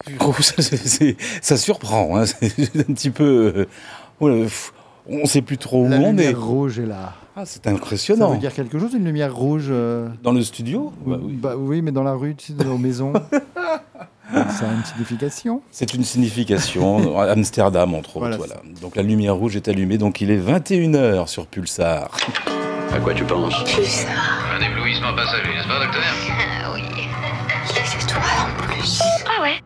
Ça surprend, hein. C'est un petit peu... on ne sait plus trop où La on est. lumière rouge est là. Ah, c'est impressionnant. Ça veut dire quelque chose, une lumière rouge Dans le studio ? Oui, mais dans la rue, tu sais, dans nos maisons. Ça a une signification. C'est une signification. À Amsterdam, entre autres. Voilà. Donc la lumière rouge est allumée. Donc il est 21h sur Pulsar. À quoi tu penses? Pulsar. Un éblouissement passager, n'est-ce pas, docteur? Oui. Les étoiles en plus. Ah ouais.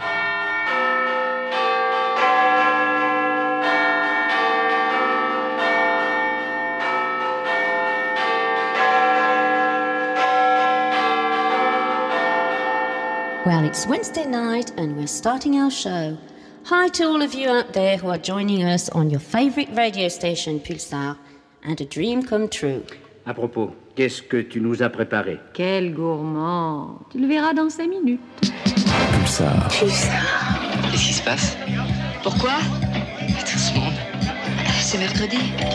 Well, it's Wednesday night and we're starting our show. Hi to all of you out there who are joining us on your favorite radio station, Pulsar, and a dream come true. À propos, qu'est-ce que tu nous as préparé? Quel gourmand! Tu le verras dans 5 minutes. Pulsar. Pulsar. Qu'est-ce qui se passe? Pourquoi? Tout ce monde. C'est mercredi.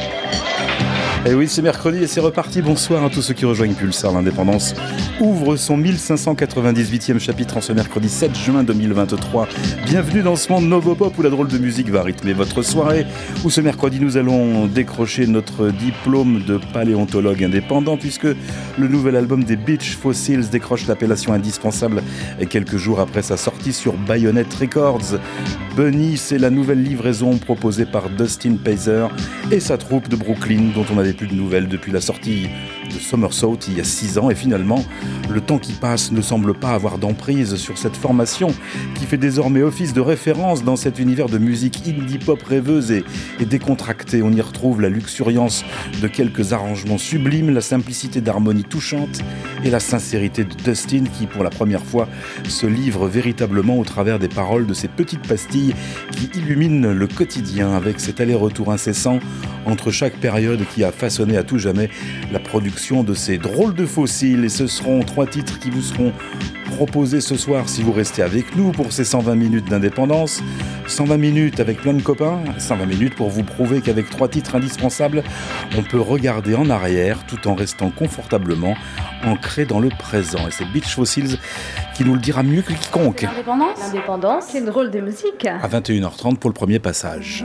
Et oui, c'est mercredi et c'est reparti. Bonsoir à tous ceux qui rejoignent Pulsar. L'Indépendance ouvre son 1598e chapitre en ce mercredi 7 juin 2023. Bienvenue dans ce monde Novopop où la drôle de musique va rythmer votre soirée. Où ce mercredi nous allons décrocher notre diplôme de paléontologue indépendant puisque le nouvel album des Beach Fossils décroche l'appellation indispensable et quelques jours après sa sortie sur Bayonet Records. Bunny, c'est la nouvelle livraison proposée par Dustin Pazer et sa troupe de Brooklyn dont on n'avait plus de nouvelles depuis la sortie de Somersault il y a 6 ans et finalement le temps qui passe ne semble pas avoir d'emprise sur cette formation qui fait désormais office de référence dans cet univers de musique indie pop rêveuse et décontractée. On y retrouve la luxuriance de quelques arrangements sublimes, la simplicité d'harmonie touchante et la sincérité de Dustin qui pour la première fois se livre véritablement au travers des paroles de ces petites pastilles qui illuminent le quotidien avec cet aller-retour incessant entre chaque période qui a façonné à tout jamais la production de ces drôles de fossiles. Et ce seront 3 titres qui vous seront proposés ce soir si vous restez avec nous pour ces 120 minutes d'indépendance. 120 minutes avec plein de copains, 120 minutes pour vous prouver qu'avec 3 titres indispensables, on peut regarder en arrière tout en restant confortablement ancré dans le présent. Et c'est Beach Fossils qui nous le dira mieux que quiconque. L'indépendance, c'est une drôle de musique. À 21h30 pour le premier passage.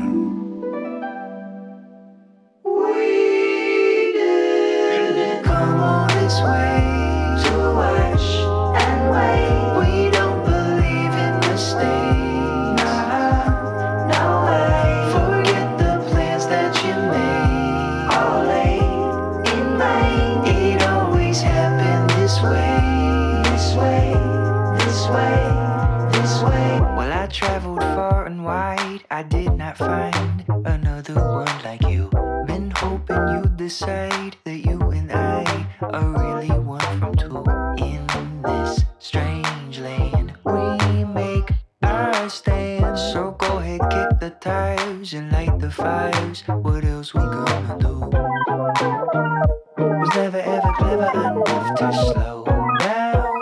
I did not find another one like you. Been hoping you'd decide that you and I are really one from two. In this strange land, we make our stand. So go ahead, kick the tires and light the fires. What else we gonna do? Was never ever clever enough to slow down.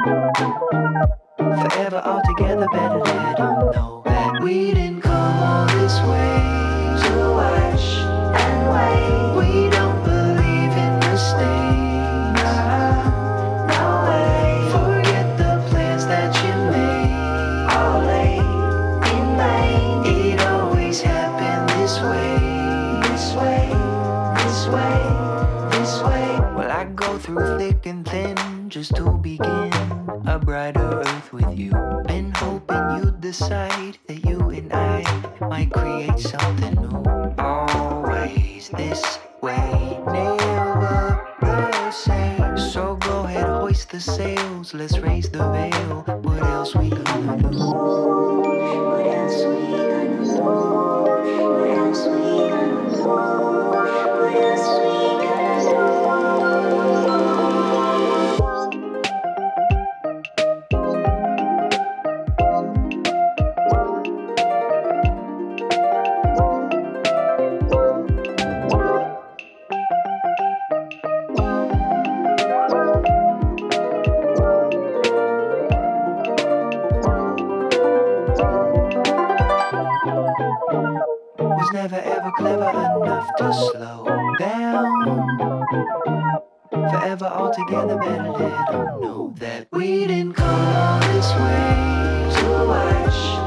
Forever altogether better let them know that we didn't come all this way to watch and wait. We don't believe in mistakes. No way. Forget the plans that you made. All late in vain. It always happened this way. This way. This way. This way. Well, I go through thick and thin just to begin a brighter earth with you. Been hoping you'd decide that you and I might create something new. Always this way, never the same. So go ahead, hoist the sails, let's raise the veil. What else we gonna do? What else we gonna do? What else we gonna do? What else we gonna do? Never ever clever enough to slow down. Forever altogether better let them know that we didn't come all this way to watch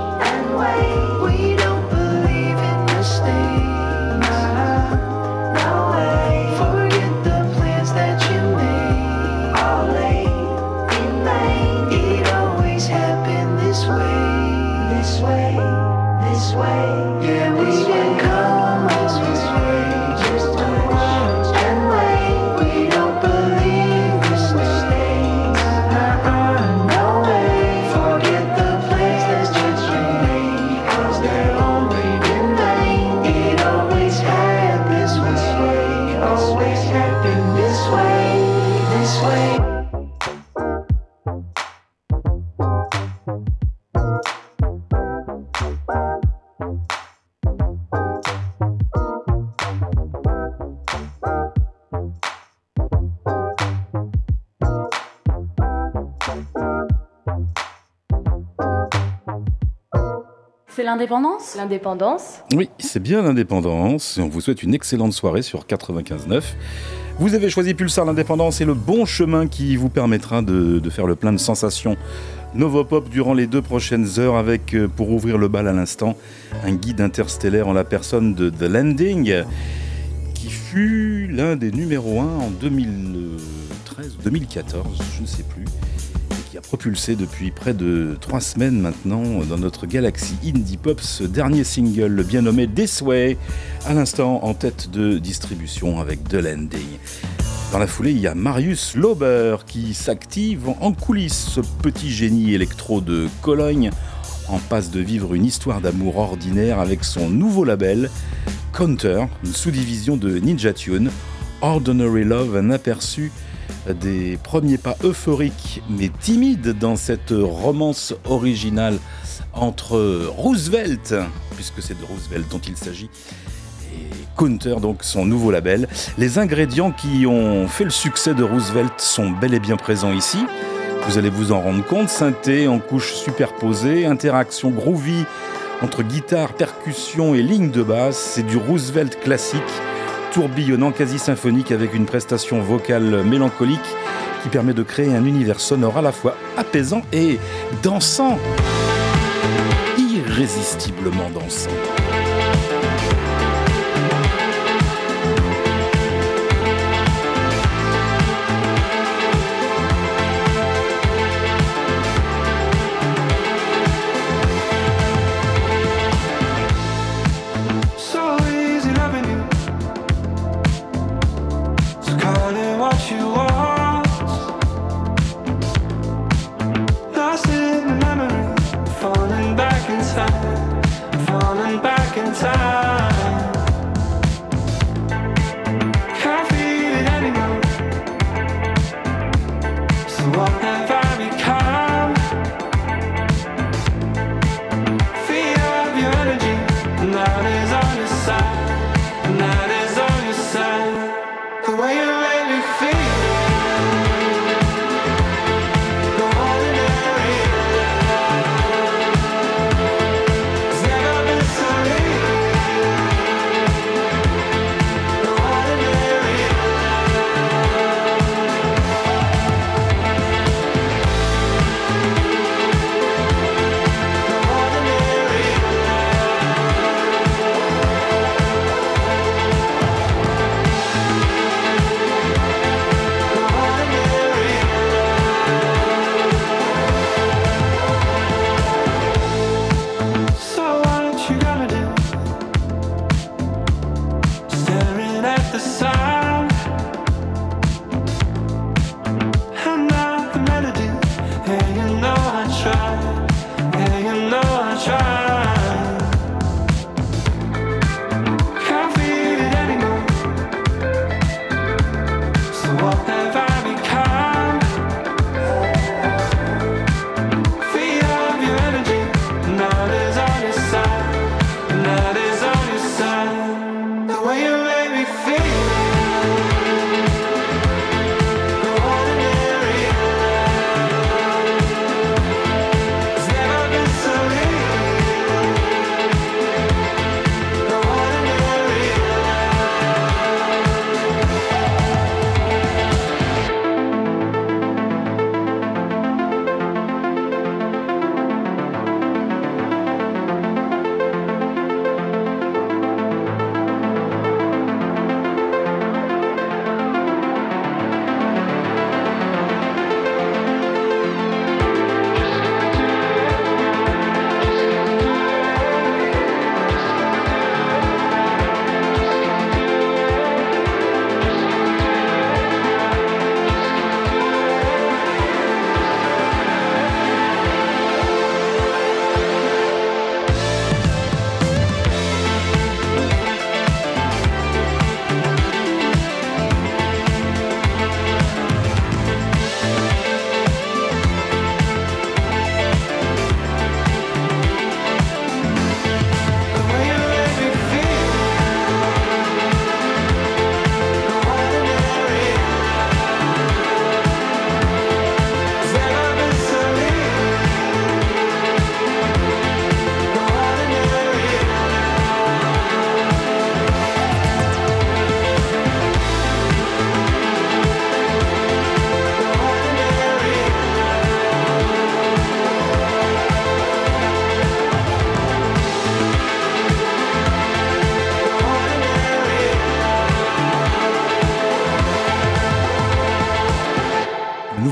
C'est l'indépendance ? L'indépendance. Oui, c'est bien l'indépendance. Et on vous souhaite une excellente soirée sur 95.9. Vous avez choisi Pulsar, l'indépendance et le bon chemin qui vous permettra de faire le plein de sensations Novopop durant les 2 prochaines heures avec, pour ouvrir le bal à l'instant, un guide interstellaire en la personne de The Landing, qui fut l'un des numéros 1 en 2013 ou 2014, je ne sais plus, et qui a propulsé depuis près de 3 semaines maintenant dans notre galaxie indie pop ce dernier single, le bien nommé This Way, à l'instant en tête de distribution avec The Landing. Dans la foulée, il y a Marius Lauber qui s'active en coulisses, ce petit génie électro de Cologne, en passe de vivre une histoire d'amour ordinaire avec son nouveau label, Counter, une sous-division de Ninja Tune, Ordinary Love, un aperçu des premiers pas euphoriques mais timides dans cette romance originale entre Roosevelt, puisque c'est de Roosevelt dont il s'agit, et Counter, donc son nouveau label. Les ingrédients qui ont fait le succès de Roosevelt sont bel et bien présents ici. Vous allez vous en rendre compte, synthé en couches superposées, interaction groovy entre guitare, percussion et ligne de basse. C'est du Roosevelt classique, tourbillonnant, quasi symphonique, avec une prestation vocale mélancolique qui permet de créer un univers sonore à la fois apaisant et dansant. Irrésistiblement dansant.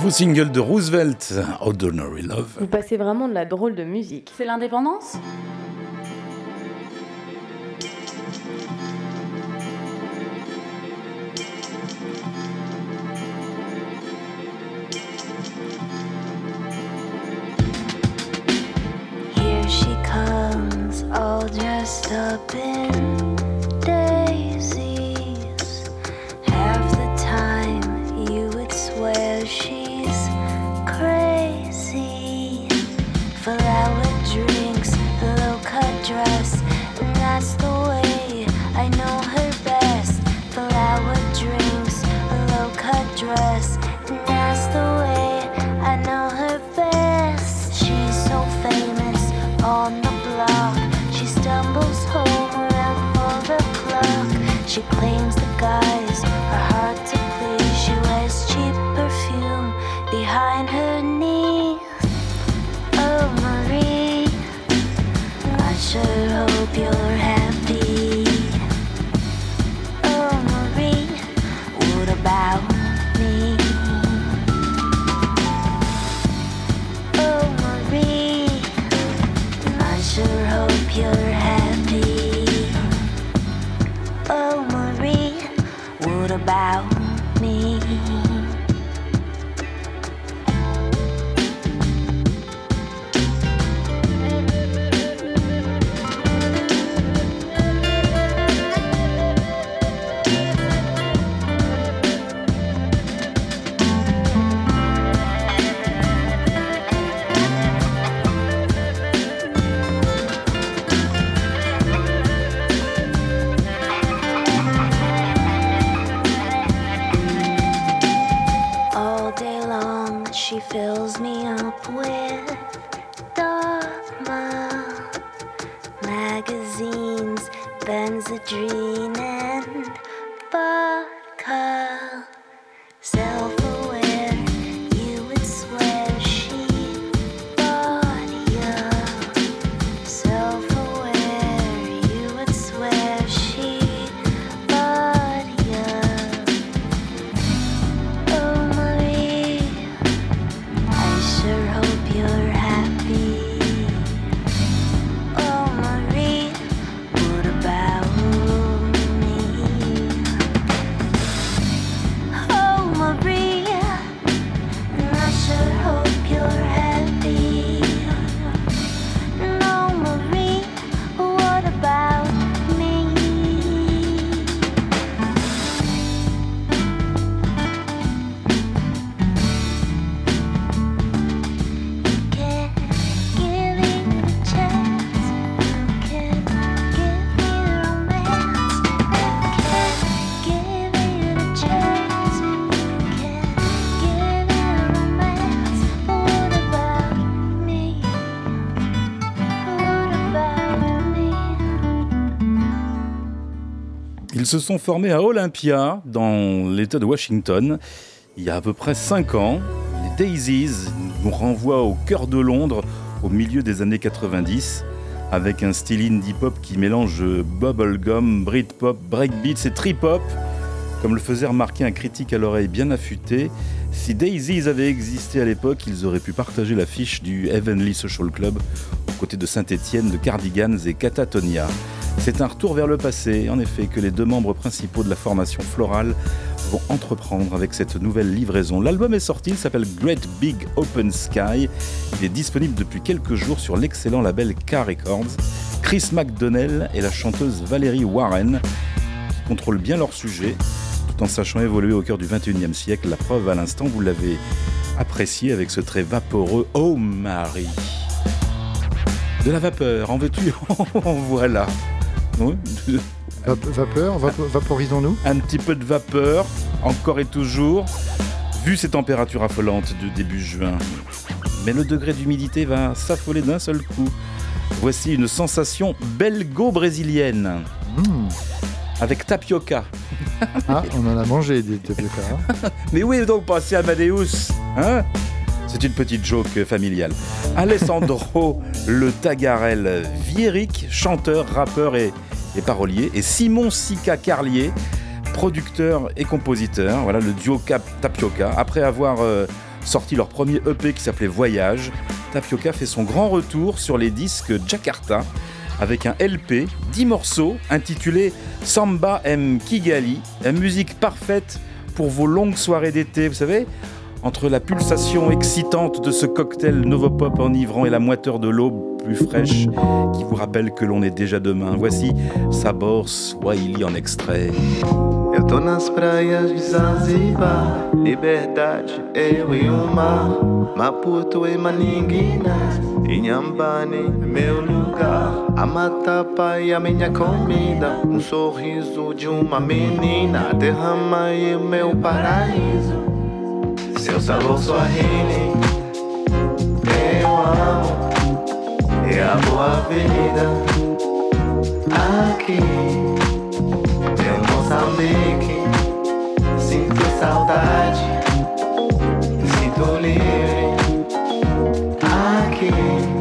Nouveau single de Roosevelt, Ordinary Love. Vous passez vraiment de la drôle de musique. C'est l'indépendance ? Here she comes, all dressed up in daisies. Half the time you would swear she's crazy. Flower drinks, low-cut dress, and that's the way I know her best. Flower drinks, low-cut dress, and that's the way I know her best. She's so famous on the block. She stumbles home around 4 o'clock. She claims the guys are hard to please. She wears cheap perfume behind her knees. Oh, Marie, I sure hope you're happy. Oh, Marie, what about me? Oh, Marie, I sure hope you're happy. Oh, Marie, what about me? All day long she fills me up with dogma, magazines, Benzedrine and vodka. Self-aware, you would swear she bought ya. Self-aware, you would swear she bought ya. Oh, Marie, I sure hope you're happy. Oh, Marie, what about me? Oh, Marie, I sure hope you're happy. No, Marie, what about me? Can't give me a chance. Can't give me romance. Can't give it a chance. Can't give it romance. What about me? What about me? Ils se sont formés à Olympia, dans l'État de Washington, il y a à peu près 5 ans. Les Daisies nous renvoient au cœur de Londres, au milieu des années 90, avec un style indie pop qui mélange bubblegum, Britpop, breakbeats et trip-hop, comme le faisait remarquer un critique à l'oreille bien affûté. Si Daisies avaient existé à l'époque, ils auraient pu partager l'affiche du Heavenly Social Club aux côtés de Saint-Étienne, de Cardigans et Catatonia. C'est un retour vers le passé, en effet, que les 2 membres principaux de la formation florale vont entreprendre avec cette nouvelle livraison. L'album est sorti, il s'appelle Great Big Open Sky. Il est disponible depuis quelques jours sur l'excellent label K Records. Chris McDonnell et la chanteuse Valerie Warren qui contrôlent bien leur sujet, tout en sachant évoluer au cœur du 21e siècle. La preuve à l'instant, vous l'avez apprécié avec ce trait vaporeux « Oh Marie ». De la vapeur, en veux-tu? Voilà. Oui. Vapeur, vaporisons-nous. Un petit peu de vapeur, encore et toujours, vu ces températures affolantes de début juin. Mais le degré d'humidité va s'affoler d'un seul coup. Voici une sensation belgo-brésilienne, avec tapioca. Ah, on en a mangé des tapioca. Mais oui, donc passez Amadeus, hein? C'est une petite joke familiale. Alessandro le Tagarel Vieric, chanteur, rappeur et parolier, et Simon Sica Carlier, producteur et compositeur. Voilà le duo Tapioca. Après avoir sorti leur premier EP qui s'appelait Voyage. Tapioca fait son grand retour sur les disques Jakarta avec un LP, 10 morceaux, intitulé Samba M Kigali, la musique parfaite pour vos longues soirées d'été, vous savez, entre la pulsation excitante de ce cocktail Novopop enivrant et la moiteur de l'aube plus fraîche qui vous rappelle que l'on est déjà demain. Voici Sabor Swahili en extrait. Eu tô nas praias de Zanzibar, liberdade, eu e o mar, Maputo e Maninguina, Inhambane, meu lugar, a matapa e a minha comida, sorriso de uma menina, derrama e o meu paraíso, seu sabor Swahili, eu amo, é a boa vida, aqui. Moçambique, sinto saudade, sinto livre aqui.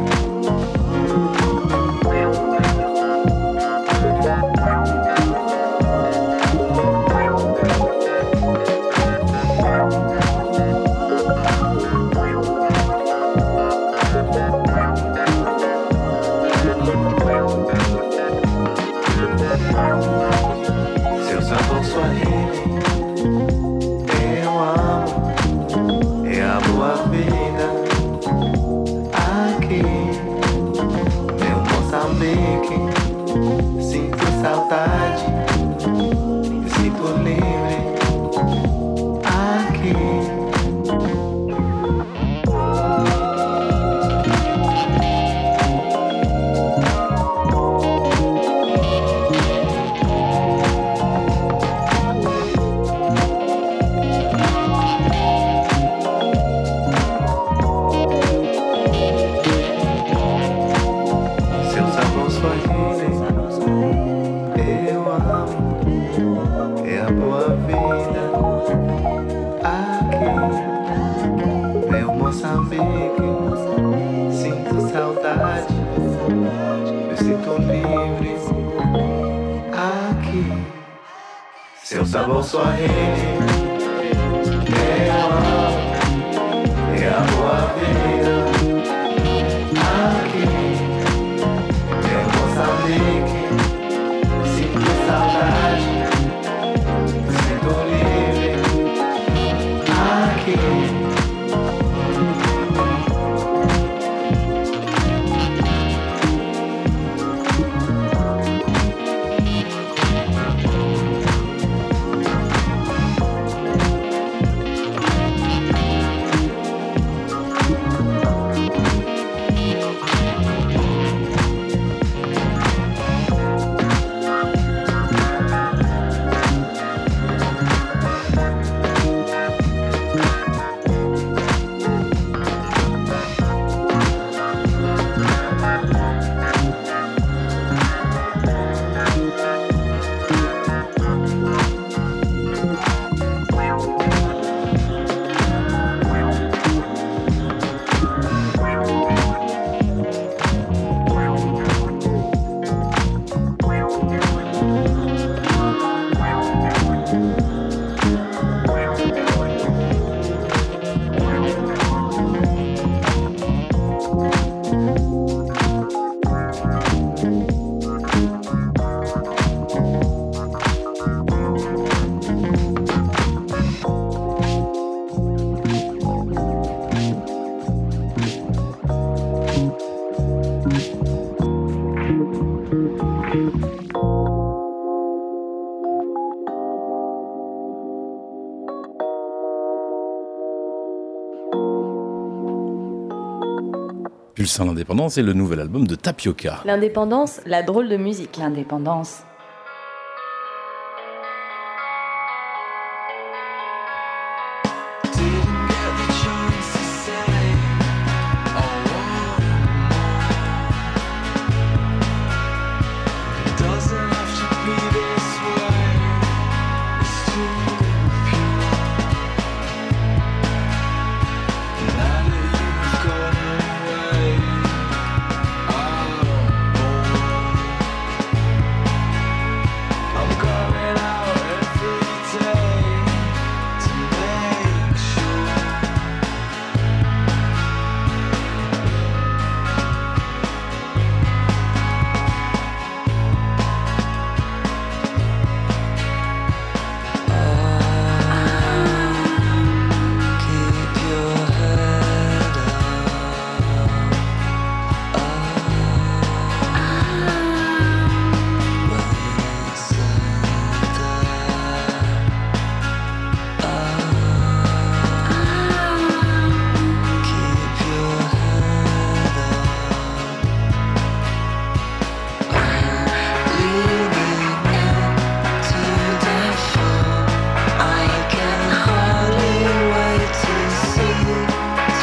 Seu sabor Swahili, eu amo, é a boa vida. Aqui, em Moçambique, sinto saudade, sinto livre. Aqui. Pulsar l'indépendance et le nouvel album de Tapioca. L'indépendance, la drôle de musique. L'indépendance.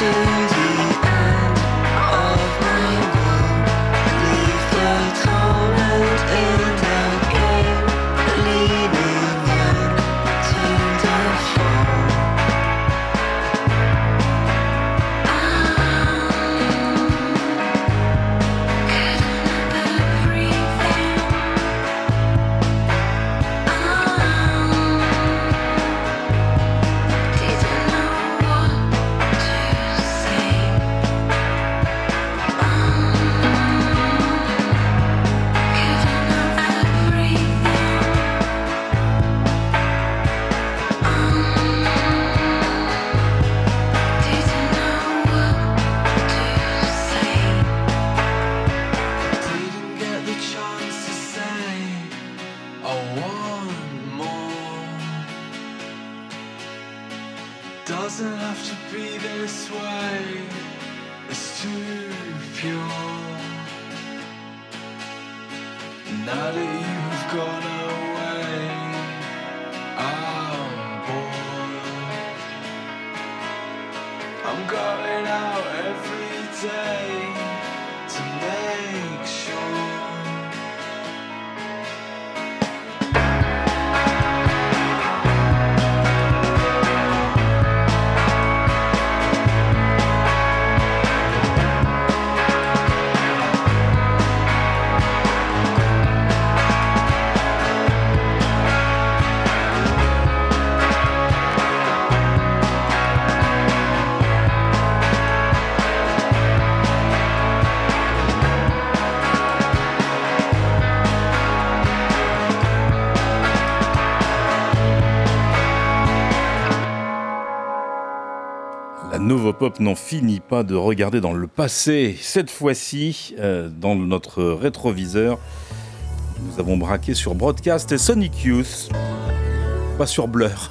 Doesn't have to be this way. It's too pure. Now that you've gone away, I'm bored. I'm going out every day to make sure. Novopop n'en finit pas de regarder dans le passé. Cette fois-ci, dans notre rétroviseur, nous avons braqué sur Broadcast et Sonic Youth, pas sur Blur.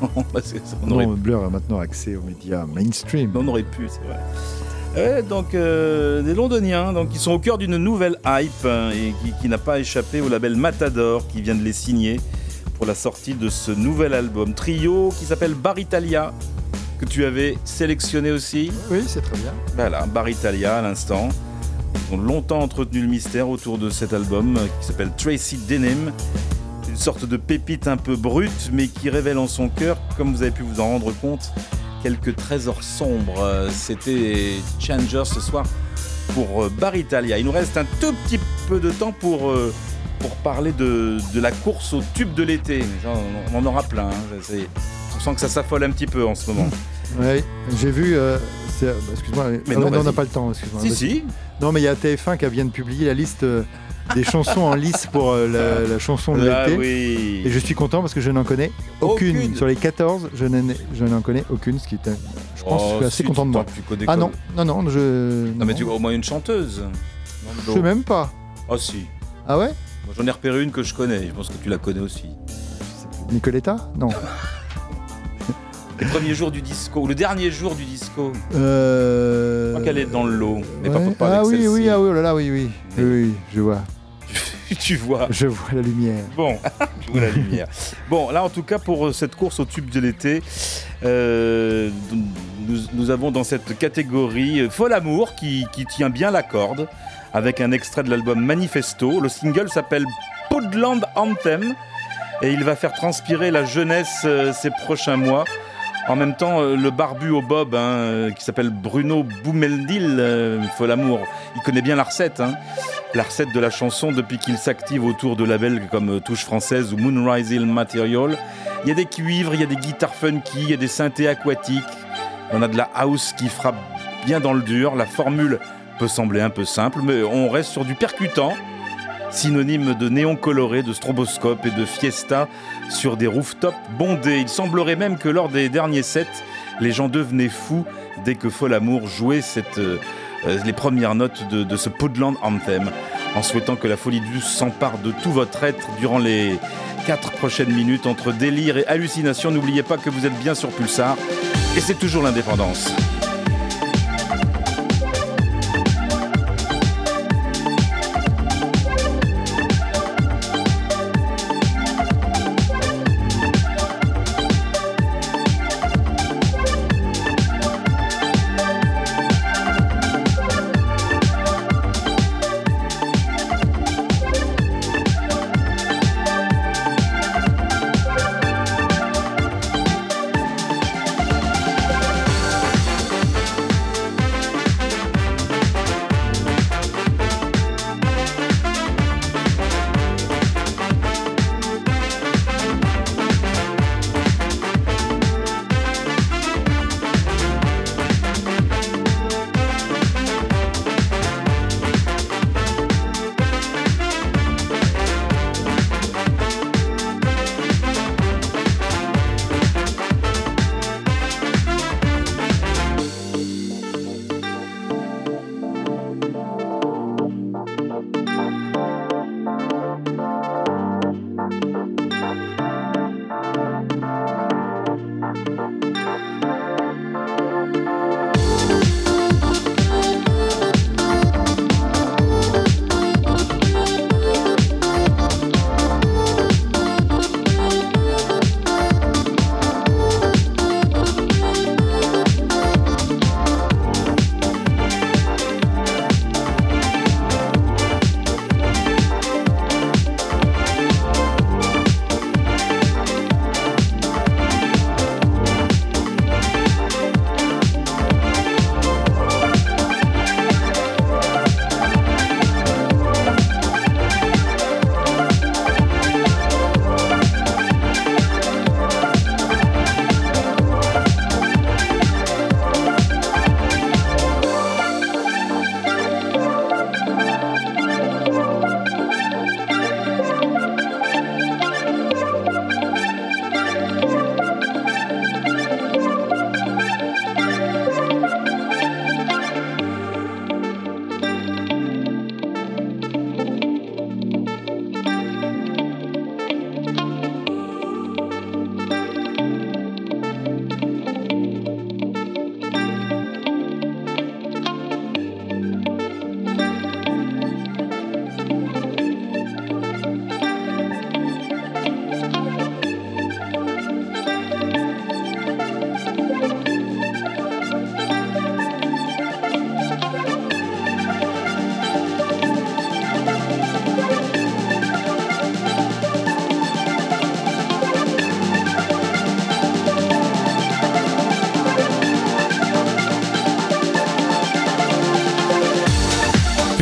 Non, Blur a maintenant accès aux médias mainstream. On aurait pu, c'est vrai. Donc, des Londoniens, donc, qui sont au cœur d'une nouvelle hype et qui n'a pas échappé au label Matador, qui vient de les signer pour la sortie de ce nouvel album trio qui s'appelle Baritalia, que tu avais sélectionné aussi. Oui, c'est très bien. Voilà, Baritalia à l'instant. Ils ont longtemps entretenu le mystère autour de cet album qui s'appelle Tracy Denim. Une sorte de pépite un peu brute, mais qui révèle en son cœur, comme vous avez pu vous en rendre compte, quelques trésors sombres. C'était Changer ce soir pour Baritalia. Il nous reste un tout petit peu de temps pour parler de la course au tube de l'été. On en aura plein. Hein. On sent que ça s'affole un petit peu en ce moment. Oui, j'ai vu... excuse-moi, mais non, on n'a pas le temps. Excuse-moi. Si. Non, mais il y a TF1 qui vient de publier la liste des chansons en lice pour la chanson de l'été. Oui. Et je suis content parce que je n'en connais aucune. Sur les 14, je n'en connais aucune, ce qui est... Je pense que je suis assez content de moi. Ah non, non, mais tu vois au moins une chanteuse. Je sais même pas. Ah si. Ah ouais? Moi, j'en ai repéré une que je connais. Je pense que tu la connais aussi. Nicoletta? Non. Le premier jour du disco, ou le dernier jour du disco. Je crois qu'elle est dans le lot, mais ouais. pas avec celle-ci. Oui, oh là là, oui, je vois. Tu vois. Je vois la lumière. Bon, tu vois la lumière. Bon, là, en tout cas, pour cette course au tube de l'été, nous avons dans cette catégorie Folamour qui tient bien la corde, avec un extrait de l'album Manifesto. Le single s'appelle Podland Anthem, et il va faire transpirer la jeunesse ces prochains mois. En même temps, le barbu au bob, qui s'appelle Bruno Boumeldil, Folamour, il connaît bien la recette de la chanson depuis qu'il s'active autour de labels comme Touche Française ou Moonrise Hill Material. Il y a des cuivres, il y a des guitares funky, il y a des synthés aquatiques, on a de la house qui frappe bien dans le dur. La formule peut sembler un peu simple, mais on reste sur du percutant, synonyme de néon coloré, de stroboscope et de fiesta sur des rooftops bondés. Il semblerait même que lors des derniers sets, les gens devenaient fous dès que Folamour jouait les premières notes de ce Podland Anthem, en souhaitant que la folie douce s'empare de tout votre être durant les 4 prochaines minutes entre délire et hallucination. N'oubliez pas que vous êtes bien sur Pulsar, et c'est toujours l'indépendance.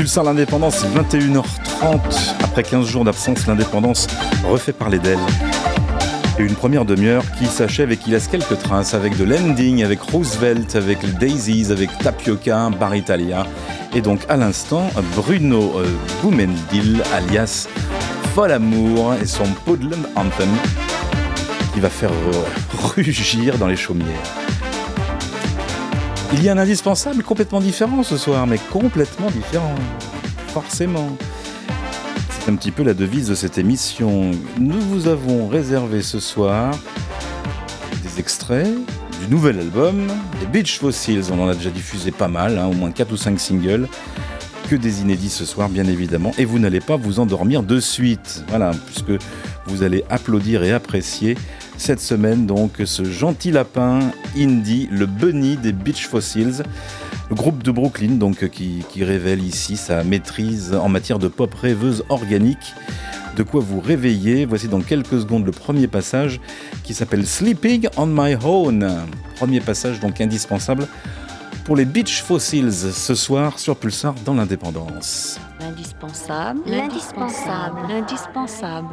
Pulsar l'indépendance, 21h30. Après 15 jours d'absence, l'indépendance refait parler d'elle. Et une première demi-heure qui s'achève et qui laisse quelques traces avec de l'ending, avec Roosevelt, avec les Daisies, avec Tapioca, Bar Italia. Et donc à l'instant, Bruno Boumendil, alias Folamour, et son Podlum Anthem qui va faire rugir dans les chaumières. Il y a un indispensable complètement différent ce soir, mais complètement différent, forcément. C'est un petit peu la devise de cette émission. Nous vous avons réservé ce soir des extraits du nouvel album des Beach Fossils. On en a déjà diffusé pas mal, au moins 4 ou 5 singles. Que des inédits ce soir, bien évidemment. Et vous n'allez pas vous endormir de suite. Voilà, puisque vous allez applaudir et apprécier cette semaine, donc, ce gentil lapin indie, le Bunny des Beach Fossils. Le groupe de Brooklyn, donc, qui révèle ici sa maîtrise en matière de pop rêveuse organique. De quoi vous réveiller. Voici dans quelques secondes le premier passage qui s'appelle Sleeping on My Own. Premier passage donc indispensable pour les Beach Fossils ce soir sur Pulsar dans l'indépendance. L'indispensable, L'indispensable. l'indispensable.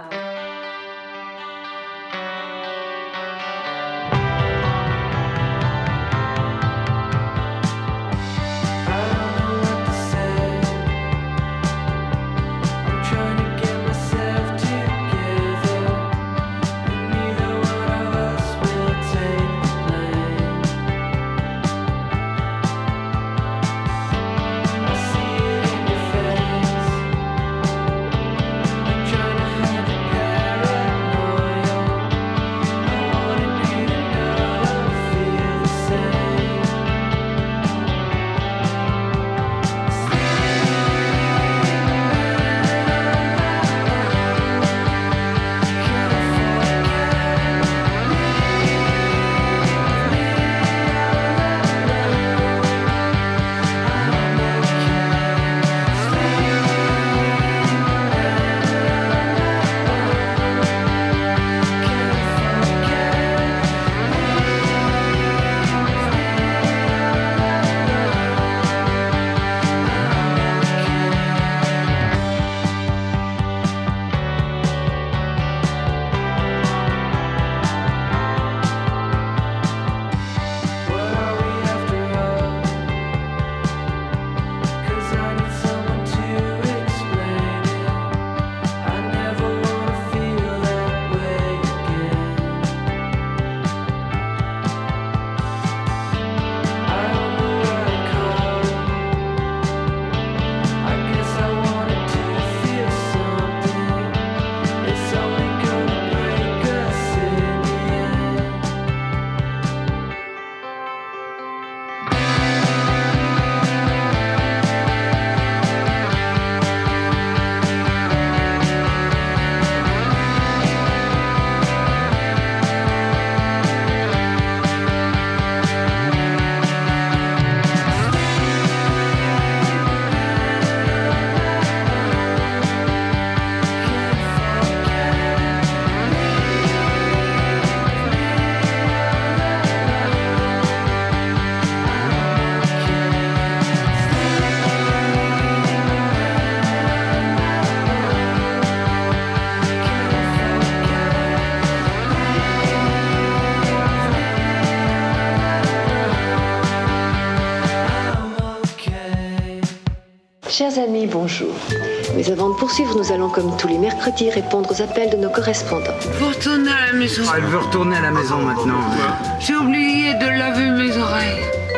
Chers amis, bonjour. Mais avant de poursuivre, nous allons comme tous les mercredis répondre aux appels de nos correspondants. Vous retournez à la maison. Elle veut retourner à la maison maintenant. J'ai oublié de laver mes oreilles.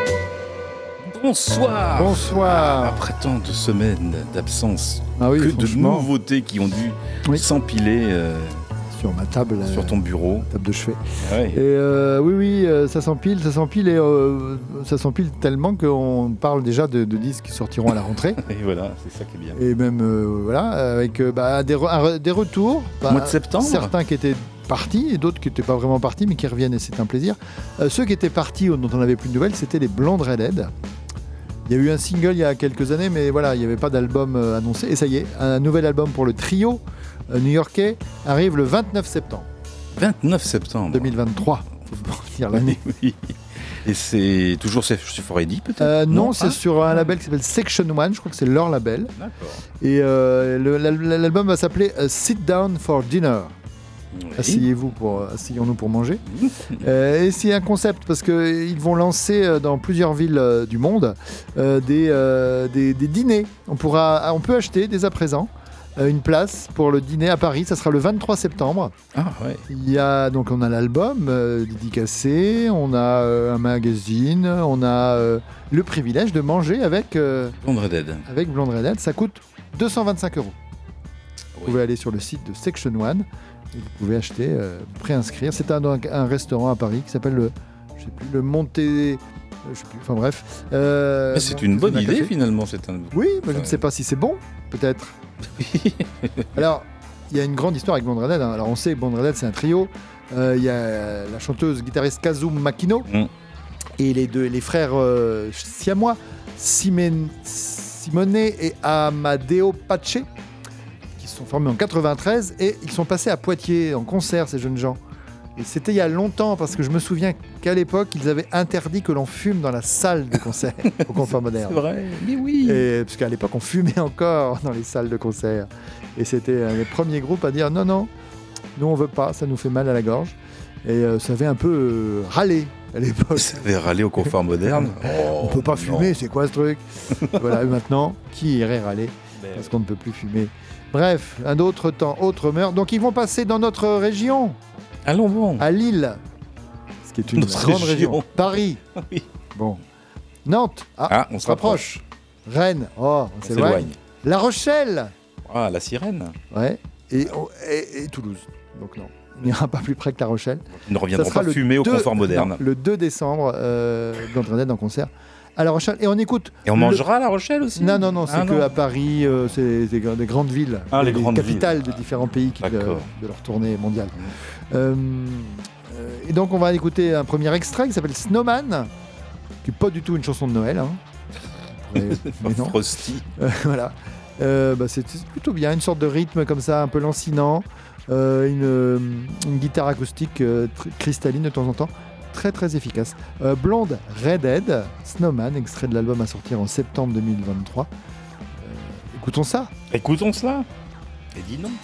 Bonsoir. Bonsoir. Après tant de semaines d'absence, oui, que de nouveautés qui ont dû s'empiler sur ma table, sur ton bureau, table de chevet. Ouais. Et oui, ça s'empile et ça s'empile tellement qu'on parle déjà de disques qui sortiront à la rentrée. Et voilà, c'est ça qui est bien. Et même avec des retours. Au mois de septembre. Certains qui étaient partis et d'autres qui n'étaient pas vraiment partis mais qui reviennent et c'est un plaisir. Ceux qui étaient partis dont on n'avait plus de nouvelles, c'était les Blonde Redhead. Il y a eu un single il y a quelques années, mais voilà, il n'y avait pas d'album annoncé. Et ça y est, un nouvel album pour le trio new-yorkais arrive le 29 septembre. 29 septembre 2023, faut dire l'année. Oui. Et c'est toujours sur Foredi peut-être Non, c'est sur un label qui s'appelle Section One, je crois que c'est leur label. D'accord. Et l'album va s'appeler Sit Down for Dinner. Oui. Asseyons-nous pour manger. Et c'est un concept parce qu'ils vont lancer dans plusieurs villes du monde des dîners. On peut acheter dès à présent une place pour le dîner à Paris. Ça sera le 23 septembre. Ah ouais. On a l'album dédicacé, on a un magazine, on a le privilège de manger avec Blonde Redhead. Avec Blonde Redhead. Ça coûte 225 €. Vous pouvez aller sur le site de Section One. Vous pouvez acheter, préinscrire. C'est un restaurant à Paris qui s'appelle le Monté. Je sais plus. Enfin bref. Mais c'est une bonne idée finalement. Oui, mais je ne sais pas si c'est bon. Peut-être. Oui. Alors, il y a une grande histoire avec Blonde Redhead. Hein. Alors on sait, Blonde Redhead c'est un trio. Il y a la chanteuse guitariste Kazu Makino et les frères siamois Simone et Amadeo Pace, qui se sont formés en 93 et ils sont passés à Poitiers en concert, ces jeunes gens. Et c'était il y a longtemps, parce que je me souviens qu'à l'époque, ils avaient interdit que l'on fume dans la salle de concert au Confort Moderne. C'est vrai, mais oui. Parce qu'à l'époque, on fumait encore dans les salles de concert. Et c'était un des premiers groupes à dire non, nous on veut pas, ça nous fait mal à la gorge. Et ça avait un peu râlé à l'époque. Ça avait râlé au Confort Moderne. On peut pas fumer, c'est quoi ce truc? Voilà, et maintenant, qui irait râler parce qu'on ne peut plus fumer? Bref, un autre temps, autre meurt. Donc ils vont passer dans notre région. Allons bon. À Lille, ce qui est une grande région. Paris. Oui. Bon. Nantes. On se rapproche. Rennes. On s'éloigne. La Rochelle. Ah, la sirène. Ouais. Et Toulouse. Donc non, on n'ira pas plus près que La Rochelle. Ils ne reviendront pas fumer au Confort Moderne. Non, le 2 décembre, Blonde Redhead en concert à La Rochelle. Et on écoute. Et on mangera à La Rochelle aussi? Non, c'est qu'à Paris, c'est des grandes villes, les grandes capitales de différents pays de leur tournée mondiale. Et donc on va écouter un premier extrait qui s'appelle Snowman, qui n'est pas du tout une chanson de Noël. Hein. Mais non. Frosty. Voilà. C'est plutôt bien, une sorte de rythme comme ça, un peu lancinant, une guitare acoustique cristalline de temps en temps. Très très efficace. Blonde Redhead, Snowman, extrait de l'album à sortir en septembre 2023. Écoutons ça. Écoutons cela. Et dis non.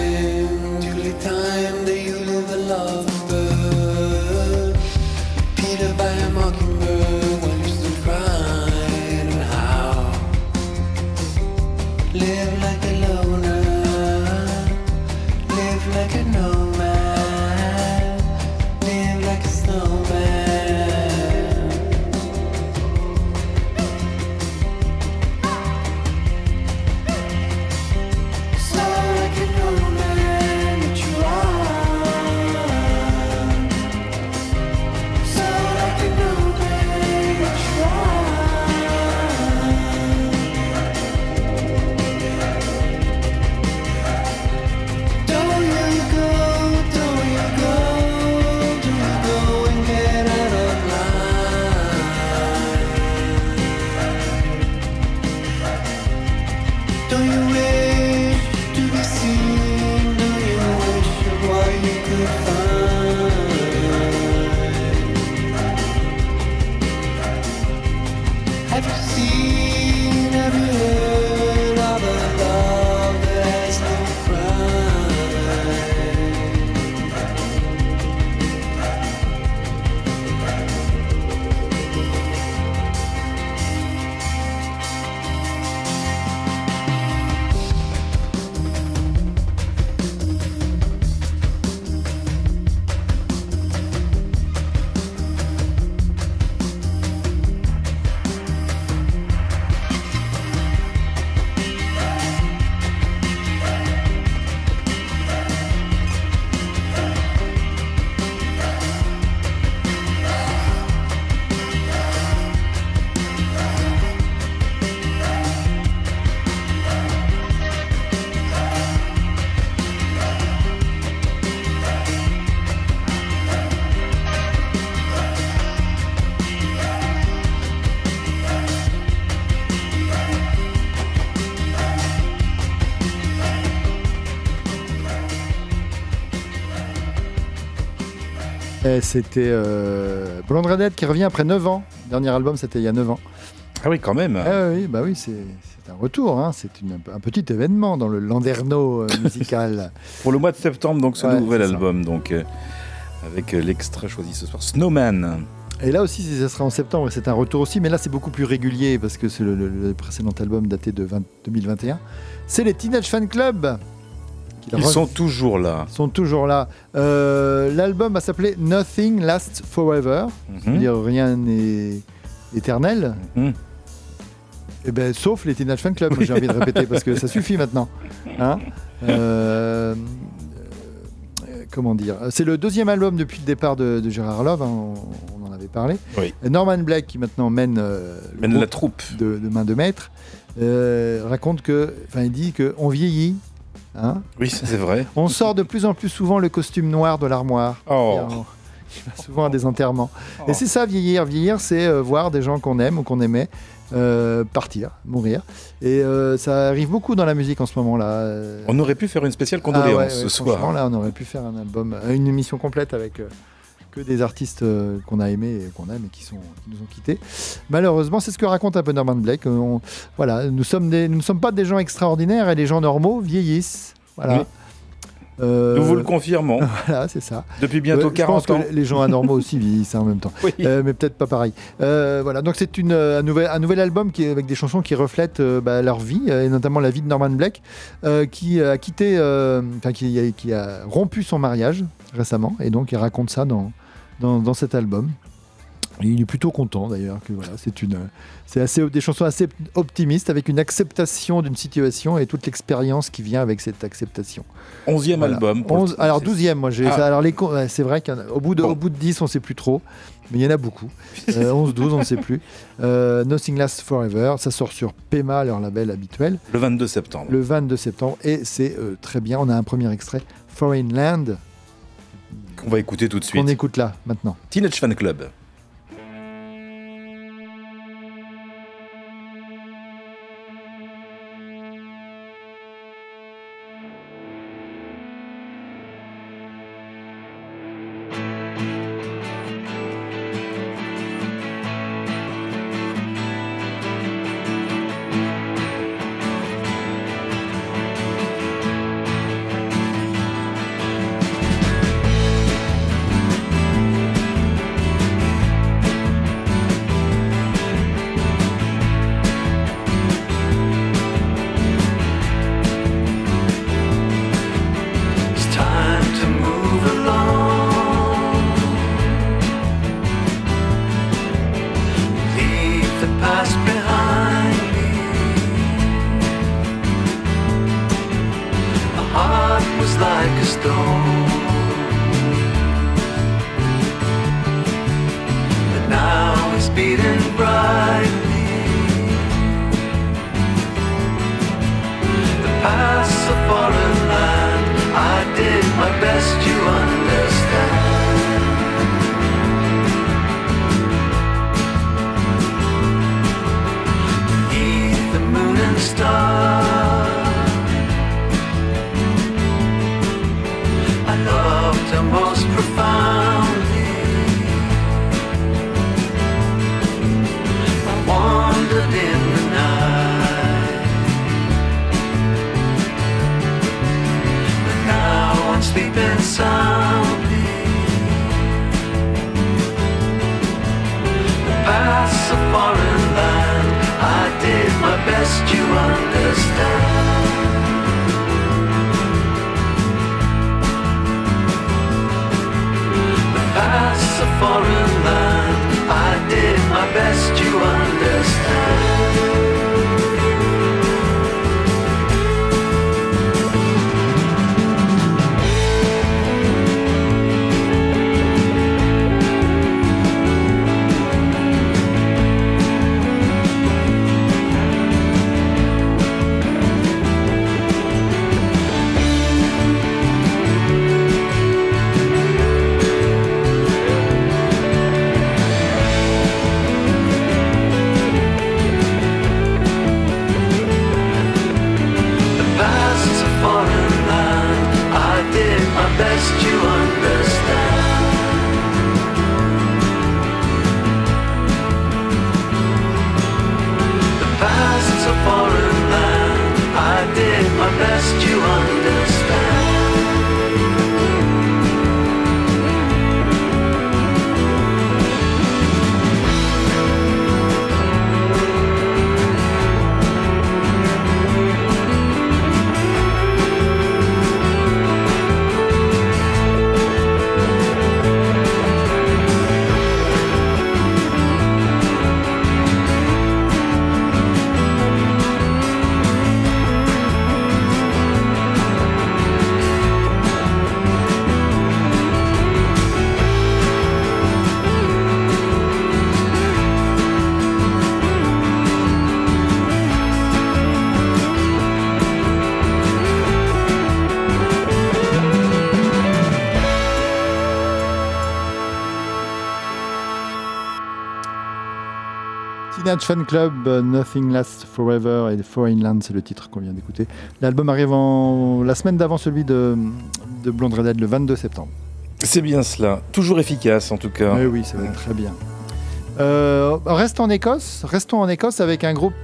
till the time that you live a lovebird, repeated by a mockingbird while you still crying and how. Live like a loner, live like a nomad, live like a snowman. So like a nomad that you are. So like a nomad that you Don't you go and get out of line? Don't you wish to be seen? Don't you wish of what you could find? Have you seen, have you heard of a love that has no C'était Blonde Redhead qui revient après 9 ans. Le dernier album, c'était il y a 9 ans. Ah oui, quand même. Oui, bah oui, c'est un retour. Hein. C'est un petit événement dans le Landerneau musical. Pour le mois de septembre, donc, ce nouvel c'est album, donc, avec l'extrait choisi ce soir, Snowman. Et là aussi, ça sera en septembre, et c'est un retour aussi, mais là, c'est beaucoup plus régulier parce que c'est le précédent album daté de 2021. C'est les Teenage Fan Club. Ils sont toujours là. L'album va s'appeler Nothing Lasts Forever, c'est-à-dire rien n'est éternel. Et ben, sauf les Teenage Fan Club, j'ai envie de répéter, parce que ça suffit maintenant. Hein comment dire, c'est le deuxième album depuis le départ de Gérard Love, hein, on en avait parlé. Oui. Norman Blake, qui maintenant mène la troupe de main de maître, raconte il dit qu'on vieillit. Hein, oui, c'est vrai. On sort de plus en plus souvent le costume noir de l'armoire. Il va souvent à des enterrements. Et c'est ça, vieillir. Vieillir, c'est voir des gens qu'on aime ou qu'on aimait partir, mourir. Et ça arrive beaucoup dans la musique en ce moment-là. On aurait pu faire une spéciale condoléance ce soir. Là, on aurait pu faire un album, une émission complète avec que des artistes qu'on a aimés et qu'on aime et qui nous ont quittés. Malheureusement, c'est ce que raconte un peu Norman Blake. Nous ne sommes pas des gens extraordinaires et les gens normaux vieillissent. Voilà. Oui. Nous vous le confirmons. Voilà, c'est ça. Depuis bientôt 40 ans. Je pense que les gens anormaux aussi vieillissent en même temps. Oui. Mais peut-être pas pareil. Voilà, donc c'est un nouvel album avec des chansons qui reflètent leur vie, et notamment la vie de Norman Blake, qui a quitté, qui a rompu son mariage récemment, et donc il raconte ça dans cet album. Et il est plutôt content d'ailleurs que voilà, c'est des chansons assez optimistes avec une acceptation d'une situation et toute l'expérience qui vient avec cette acceptation. 11e album. Alors 12e, moi j'ai. Alors c'est vrai qu'au bout de 10, on ne sait plus trop, mais il y en a beaucoup. 11, 12, on ne sait plus. Nothing Lasts Forever, ça sort sur Pema, leur label habituel. Le 22 septembre. Et c'est très bien. On a un premier extrait, Foreign Land. Qu'on va écouter tout de suite. On écoute là, maintenant. Teenage Fan Club. stone. But now it's beating brightly. The past's a foreign land. I did my best, you understand. Beneath the moon and stars, I loved her most profoundly. I wandered in the night, but now I'm sleeping soundly. The past's a foreign land. I did my best, you understand. Past a foreign land, I did my best, you understand. Teenage Fan Club, Nothing Lasts Forever et Foreign Land, c'est le titre qu'on vient d'écouter. L'album arrive la semaine d'avant celui de Blonde Redhead, le 22 septembre. C'est bien cela, toujours efficace en tout cas. Oui, ça va très bien. Restons en Écosse avec un groupe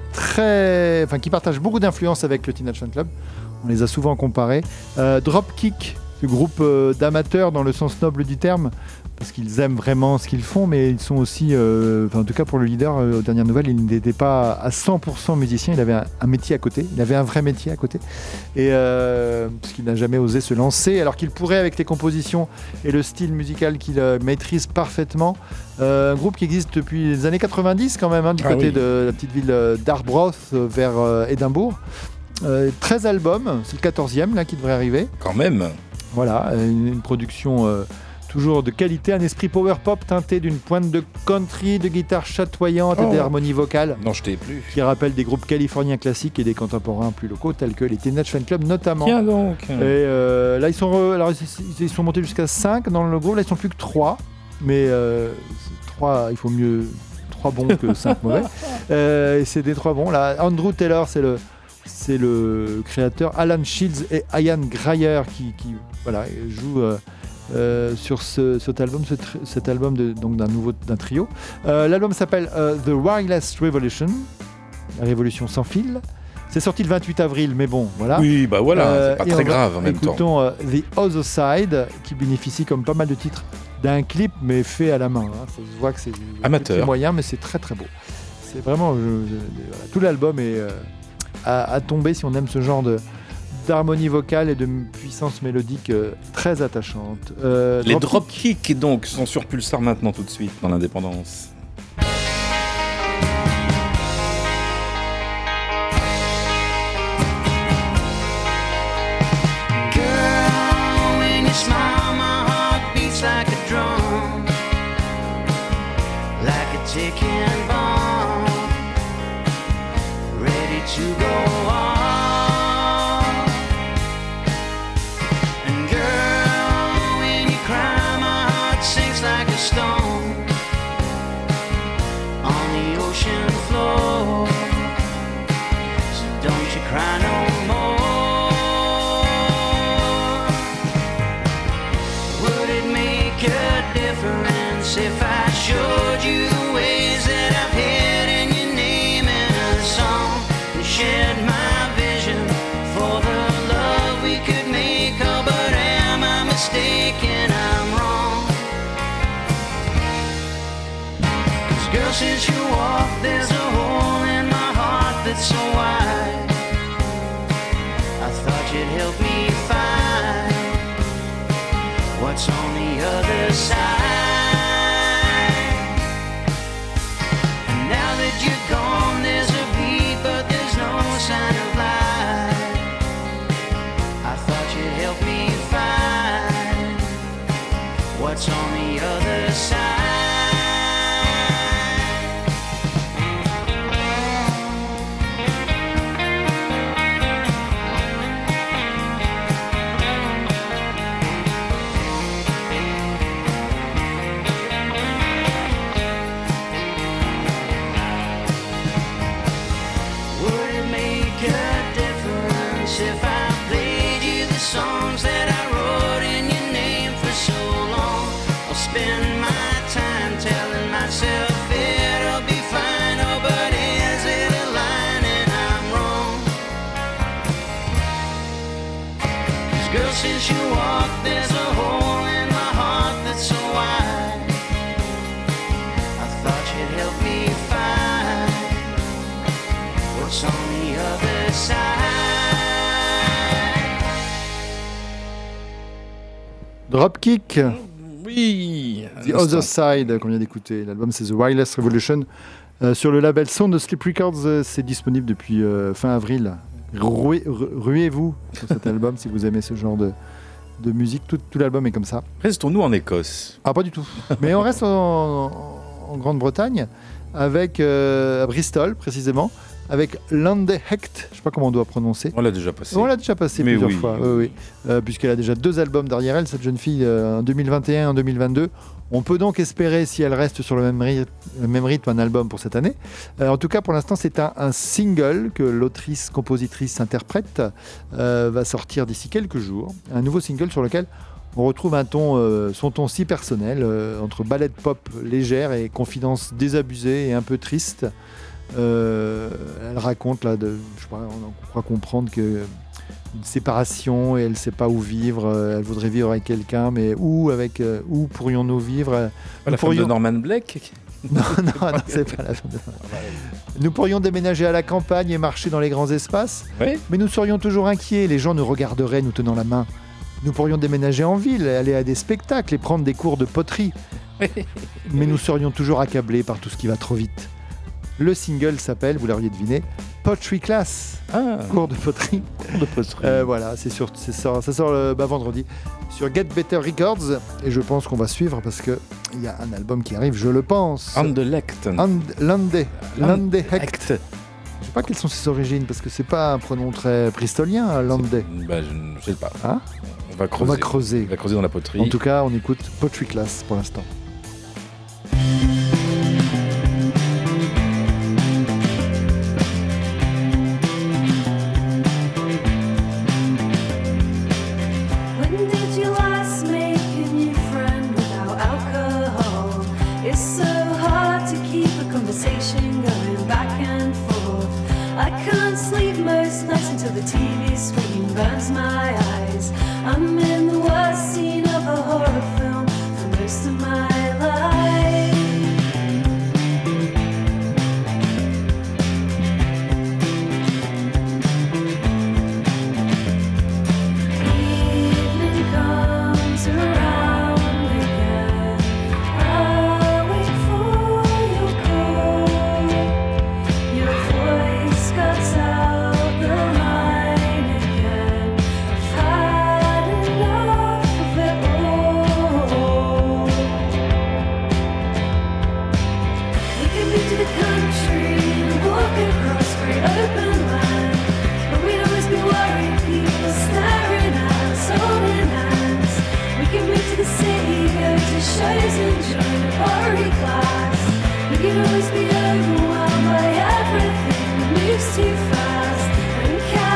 qui partage beaucoup d'influences avec le Teenage Fan Club. On les a souvent comparés. Dropkick, ce groupe d'amateurs dans le sens noble du terme, parce qu'ils aiment vraiment ce qu'ils font, mais ils sont aussi, en tout cas pour le leader, aux dernières nouvelles, il n'était pas à 100% musicien, il avait un métier à côté, il avait un vrai métier à côté, et parce qu'il n'a jamais osé se lancer, alors qu'il pourrait avec les compositions et le style musical qu'il maîtrise parfaitement. Un groupe qui existe depuis les années 90 quand même, du côté de la petite ville d'Arbroath vers Édimbourg. 13 albums, c'est le 14e là, qui devrait arriver. Quand même. Voilà, une production toujours de qualité, un esprit power pop teinté d'une pointe de country, de guitare chatoyante et d'harmonie vocale. Non, je t'ai plus. Qui rappelle des groupes californiens classiques et des contemporains plus locaux tels que les Teenage Fan Club notamment. Tiens donc. Et là, ils sont montés jusqu'à 5 dans le groupe, là ils sont plus que 3. Mais 3, il faut mieux 3 bons que 5 mauvais. Et c'est des 3 bons. Là, Andrew Taylor, c'est le créateur, Alan Shields et Ian Greyer qui jouent sur cet album d'un trio. L'album s'appelle The Wireless Revolution, la révolution sans fil. C'est sorti le 28 avril, mais bon, voilà. Oui, bah voilà, c'est pas très grave en même temps. Écoutons The Other Side, qui bénéficie, comme pas mal de titres, d'un clip, mais fait à la main. Ça se voit que c'est amateur. Moyen, mais c'est très très beau. C'est vraiment... tout l'album est à tomber si on aime ce genre d'harmonie vocale et de puissance mélodique très attachante. Les Dropkick donc sont sur Pulsar maintenant tout de suite dans l'Indépendance. Girl, cry no more. Would it make a difference if I showed you the ways that I've hidden your name in a song and shared my vision for the love we could make? Oh, but am I mistaken? I'm wrong. 'Cause girl, since you walked, there's a hole in my heart that's so wide. I thought you'd help me find what's on the other side. And now that you're gone, there's a beat, but there's no sign of life. I thought you'd help me find what's on the other side. Would it make a difference if I played you the songs that I wrote in your name for so long? I'll spend my time telling myself it'll be fine. Oh, but is it a line and I'm wrong? 'Cause girl, since you walked, there's a hole in my heart that's so wide. I thought you'd help me find what's on the other side. Dropkick, Oui. The Other Side, qu'on vient d'écouter. L'album, c'est The Wireless Revolution. Sur le label Sound of Sleep Records, c'est disponible depuis fin avril. Ruez-vous sur cet album si vous aimez ce genre de musique. Tout l'album est comme ça. Restons-nous en Écosse. Ah, pas du tout. Mais on reste en Grande-Bretagne, avec à Bristol précisément, avec Lande Hecht. Je sais pas comment on doit prononcer. On l'a déjà passé. On l'a déjà passé Mais plusieurs oui. fois, oui. Puisqu'elle a déjà 2 albums derrière elle, cette jeune fille, en 2021 et en 2022. On peut donc espérer, si elle reste sur le même rythme, un album pour cette année. En tout cas, pour l'instant, c'est un single que l'autrice, compositrice, interprète va sortir d'ici quelques jours. Un nouveau single sur lequel on retrouve son ton si personnel, entre ballade pop légère et confidence désabusée et un peu triste. Elle raconte, là, je crois, on croit comprendre que une séparation et elle ne sait pas où vivre. Elle voudrait vivre avec quelqu'un, mais où pourrions-nous vivre? La femme de Norman Blake. Non, c'est pas la femme de Norman. Nous pourrions déménager à la campagne et marcher dans les grands espaces, Oui. mais nous serions toujours inquiets. Les gens nous regarderaient nous tenant la main. Nous pourrions déménager en ville, aller à des spectacles et prendre des cours de poterie, mais nous serions toujours accablés par tout ce qui va trop vite. Le single s'appelle, vous l'auriez deviné, Pottery Class, cours de poterie. Voilà, ça sort vendredi sur Get Better Records, et je pense qu'on va suivre parce qu'il y a un album qui arrive, je le pense. Anderlecht. Lande Hecht. Je sais pas quelles sont ses origines, parce que c'est pas un pronom très bristolien, Lande. Je ne sais pas. Hein? On va creuser. On va creuser dans la poterie. En tout cas, on écoute Pottery Class pour l'instant. I'm in the worst scene of a horror film for most of my life. Evening comes around again. I'll wait for your call. Your voice cuts out the line again. I've had enough of it all. We can move to the country and walk across great open land, but we'd always be worried, people staring at us, holding hands. We can move to the city, go to shows and join a party class. We can always be overwhelmed by everything that moves too fast and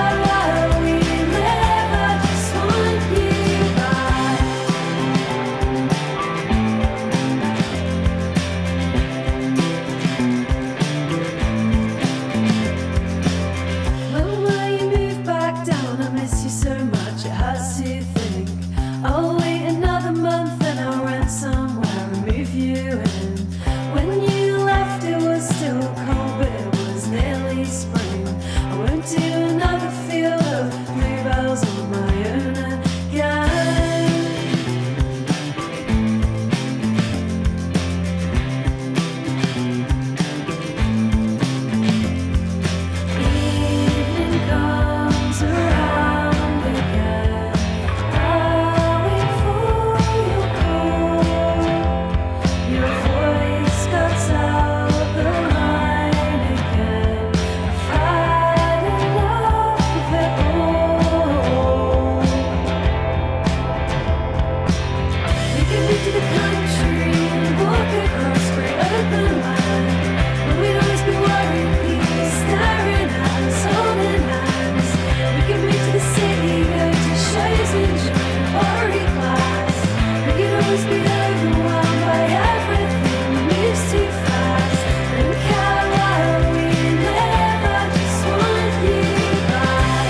always be overwhelmed by everything. Moves too fast and can't worry. Never just want you back.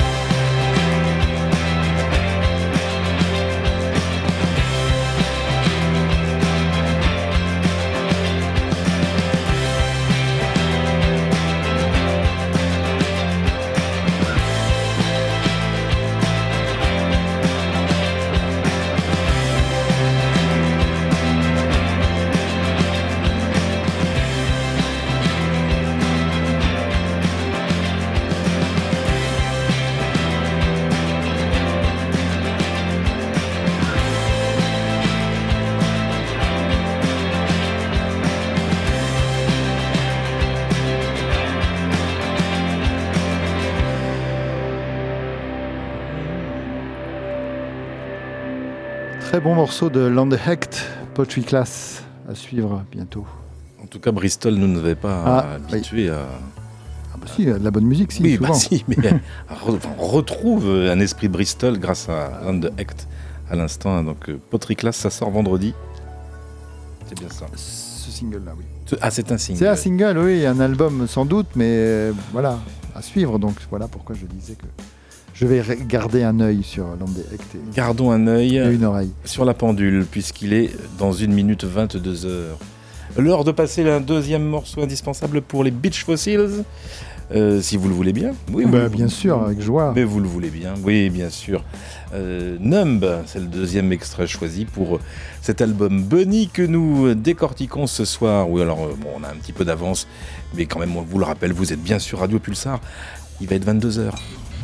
Très bon morceau de Landehecht, Poetry Class, à suivre bientôt. En tout cas, Bristol nous n'avait pas habitués à... Ah bah si, de la bonne musique, si, Oui, souvent. bah si, mais on retrouve un esprit Bristol grâce à Landehecht à l'instant. Hein, donc, Poetry Class, ça sort vendredi. C'est bien ça. Ce single-là, oui. Ah, c'est un single. C'est un single, oui, un album sans doute, mais voilà, à suivre. Donc voilà pourquoi je disais que je vais garder un œil sur Landehecht et Gardons un œil une oreille. sur la pendule, puisqu'il est dans 1 minute 22 heures. L'heure de passer un deuxième morceau indispensable pour les Beach Fossils, si vous le voulez bien. Oui, Bah, bien sûr, avec joie. Mais vous le voulez bien, oui, bien sûr. Numb, c'est le deuxième extrait choisi pour cet album Bunny que nous décortiquons ce soir. Oui, alors, bon, on a un petit peu d'avance, mais quand même, on vous le rappelle, vous êtes bien sur Radio Pulsar. Il va être 22h.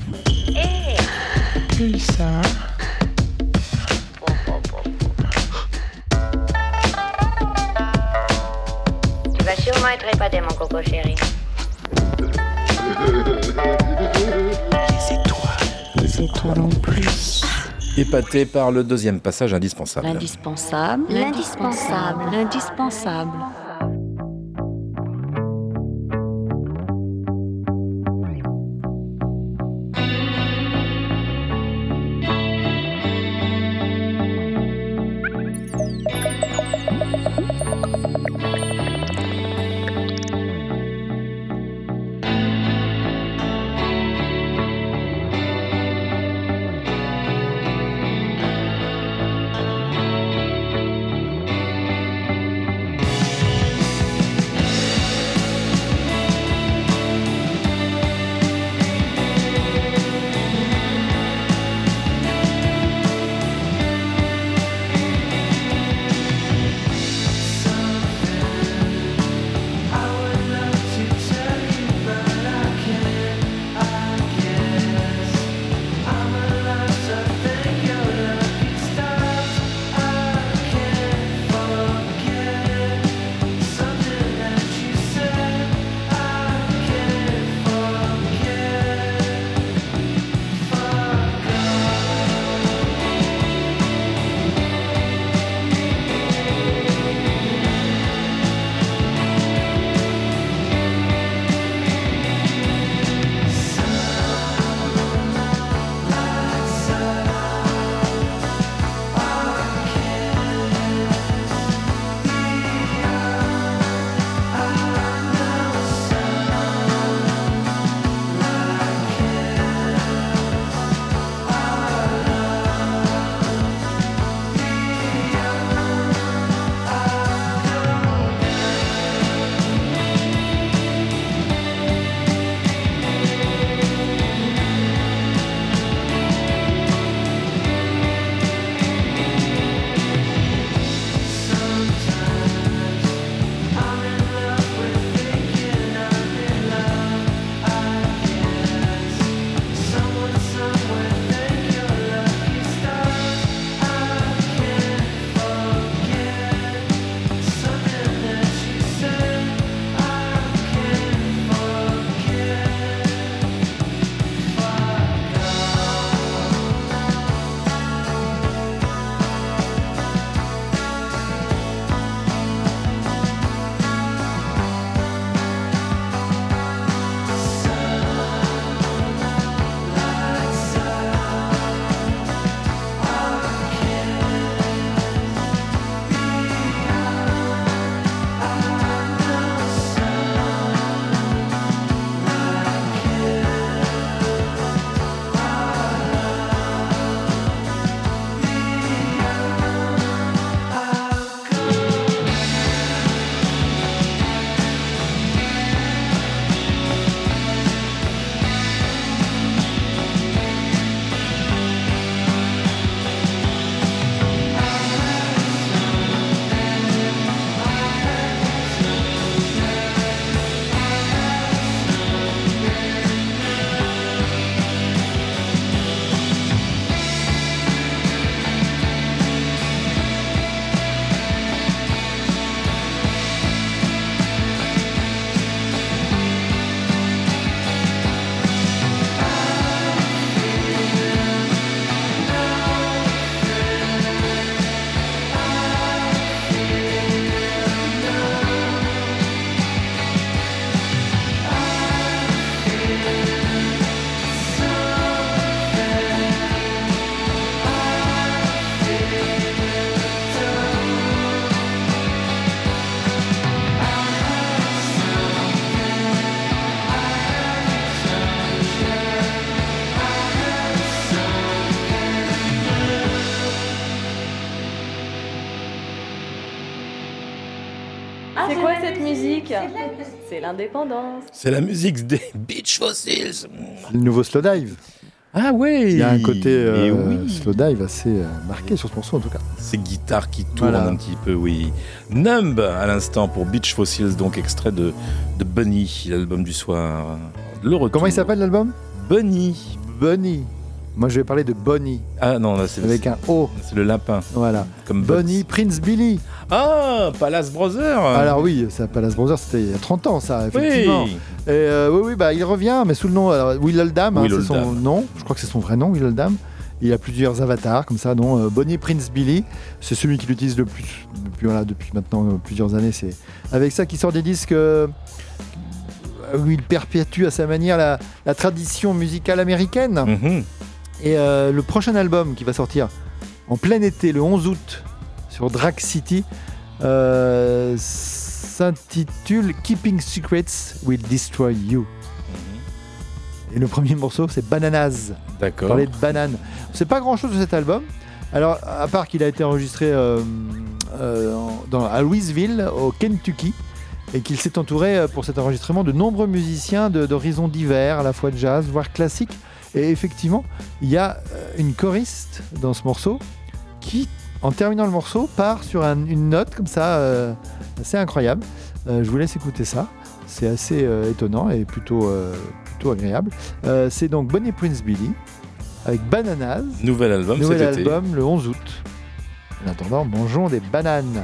Pulsar. Tu vas sûrement être épaté, mon coco chéri. Les étoiles en plus. Épaté par le deuxième passage indispensable. L'indispensable, l'indispensable, l'indispensable. C'est quoi cette musique? C'est l'indépendance. C'est la musique des Beach Fossils. Le nouveau slow dive. Ah ouais. Il y a un côté oui. slow dive assez marqué sur ce morceau en tout cas. Ces guitares qui tournent Voilà. un petit peu, oui. Numb à l'instant pour Beach Fossils, donc extrait de Bunny, l'album du soir. Le retour. Comment il s'appelle l'album? Bunny. Bunny. Moi je vais parler de Bonnie Ah non, là c'est avec un O. C'est le lapin. Voilà. Comme Bonnie Prince Billy. Ah, Palace Brothers. Alors oui, ça Palace Brothers, c'était il y a 30 ans ça, effectivement. Oui. Et oui, bah, il revient, mais sous le nom Will Oldham, Will c'est son Oldham. nom. Je crois que c'est son vrai nom, Will Oldham. Il a plusieurs avatars comme ça, dont Bonnie Prince Billy. C'est celui qui l'utilise le plus depuis maintenant plusieurs années. C'est avec ça qu'il sort des disques où il perpétue à sa manière la tradition musicale américaine. Mhm. Et le prochain album qui va sortir en plein été, le 11 août, sur Drag City, s'intitule Keeping Secrets Will Destroy You. Et le premier morceau, c'est Bananas. D'accord. Parler de bananes. C'est pas grand chose de cet album. Alors, à part qu'il a été enregistré à Louisville, au Kentucky, et qu'il s'est entouré pour cet enregistrement de nombreux musiciens d'horizons divers, à la fois de jazz, voire classique. Et effectivement, il y a une choriste dans ce morceau qui, en terminant le morceau, part sur une note comme ça, assez incroyable. Je vous laisse écouter ça. C'est assez étonnant et plutôt agréable. C'est donc Bonnie Prince Billy avec Bananas. Nouvel album Nouvel cet été. album le 11 août. En attendant, mangeons des bananes.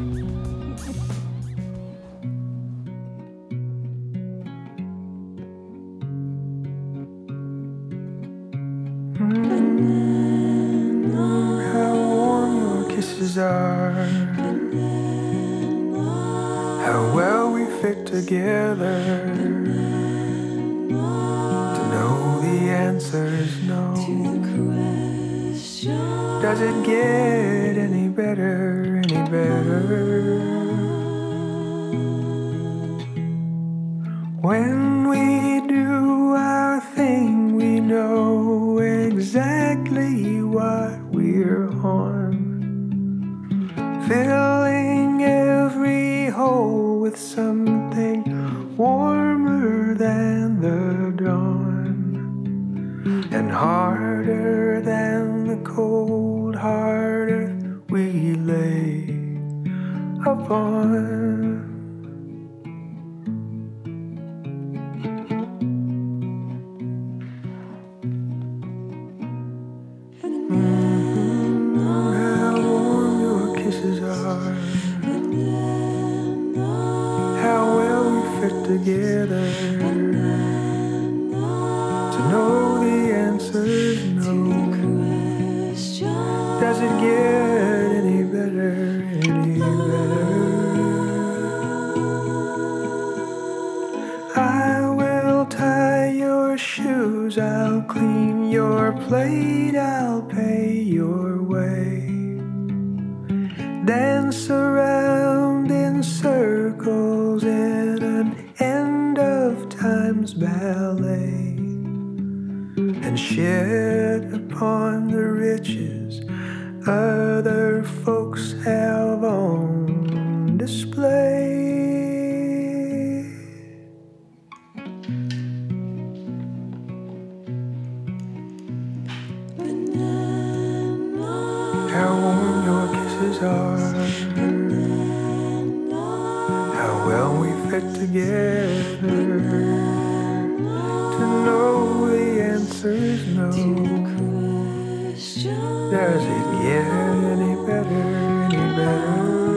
How warm your kisses are. How well we fit together. To know the answer's no. Does it get any better, any better? When we do our thing, we know exactly what we're on. Filling every hole with something warmer than the dawn, and harder than the cold hard earth we lay upon. How warm your kisses are. How well we fit together. To know the answer's no. Does it get any better, any better? I will tie your shoes, I'll clean your plate, I'll pay your way. Dance around in circles in an end of times ballet, and shed upon the riches other folks have on display. How warm your kisses are. How well we fit together. To know the answer's no. Does it get any better, any better?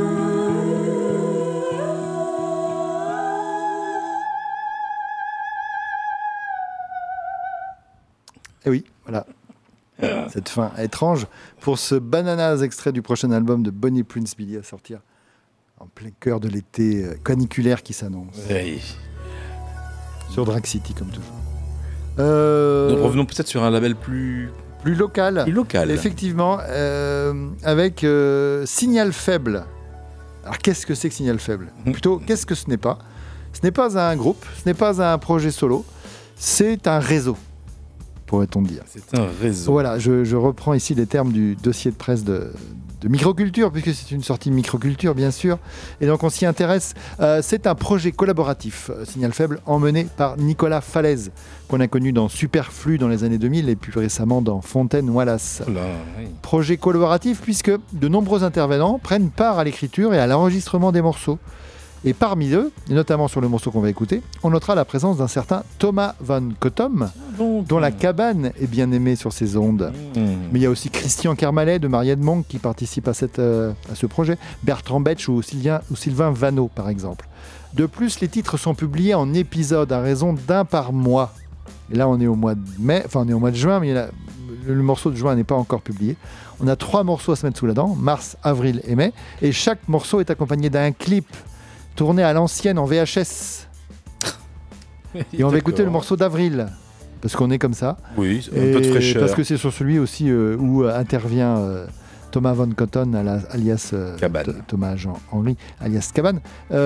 Et oui, voilà. Cette fin étrange pour ce Bananas, extrait du prochain album de Bonnie Prince Billy à sortir en plein cœur de l'été caniculaire qui s'annonce. Oui. Sur Drag City, comme toujours. Revenons peut-être sur un label plus local. Plus local. Effectivement, avec Signal Faible. Alors, qu'est-ce que c'est que Signal Faible? Plutôt, qu'est-ce que ce n'est pas? Ce n'est pas un groupe, ce n'est pas un projet solo, c'est un réseau, pourrait-on dire. C'est un réseau. Voilà, je reprends ici les termes du dossier de presse de microculture, puisque c'est une sortie microculture, bien sûr. Et donc, on s'y intéresse. C'est un projet collaboratif, Signal Faible, emmené par Nicolas Falaise, qu'on a connu dans Superflu dans les années 2000 et plus récemment dans Fontaine Wallace. Projet collaboratif, puisque de nombreux intervenants prennent part à l'écriture et à l'enregistrement des morceaux. Et parmi eux, et notamment sur le morceau qu'on va écouter, on notera la présence d'un certain Thomas Van Cottom, dont la cabane est bien aimée sur ces ondes. Mais il y a aussi Christian Kermalet de Mariette Monk qui participe à ce projet, Bertrand Betch ou Sylvain Vanneau par exemple. De plus, les titres sont publiés en épisodes à raison d'un par mois. Et là, on est au mois de mai, enfin on est au mois de juin, mais le morceau de juin n'est pas encore publié. On a 3 morceaux à se mettre sous la dent, mars, avril et mai, et chaque morceau est accompagné d'un clip tourné à l'ancienne en VHS. Et on va écouter le morceau d'avril, parce qu'on est comme ça. Oui, un peu de fraîcheur. Parce que c'est sur celui aussi où intervient Thomas Van Cotton, alias Thomas Jean-Henri, alias Cabane,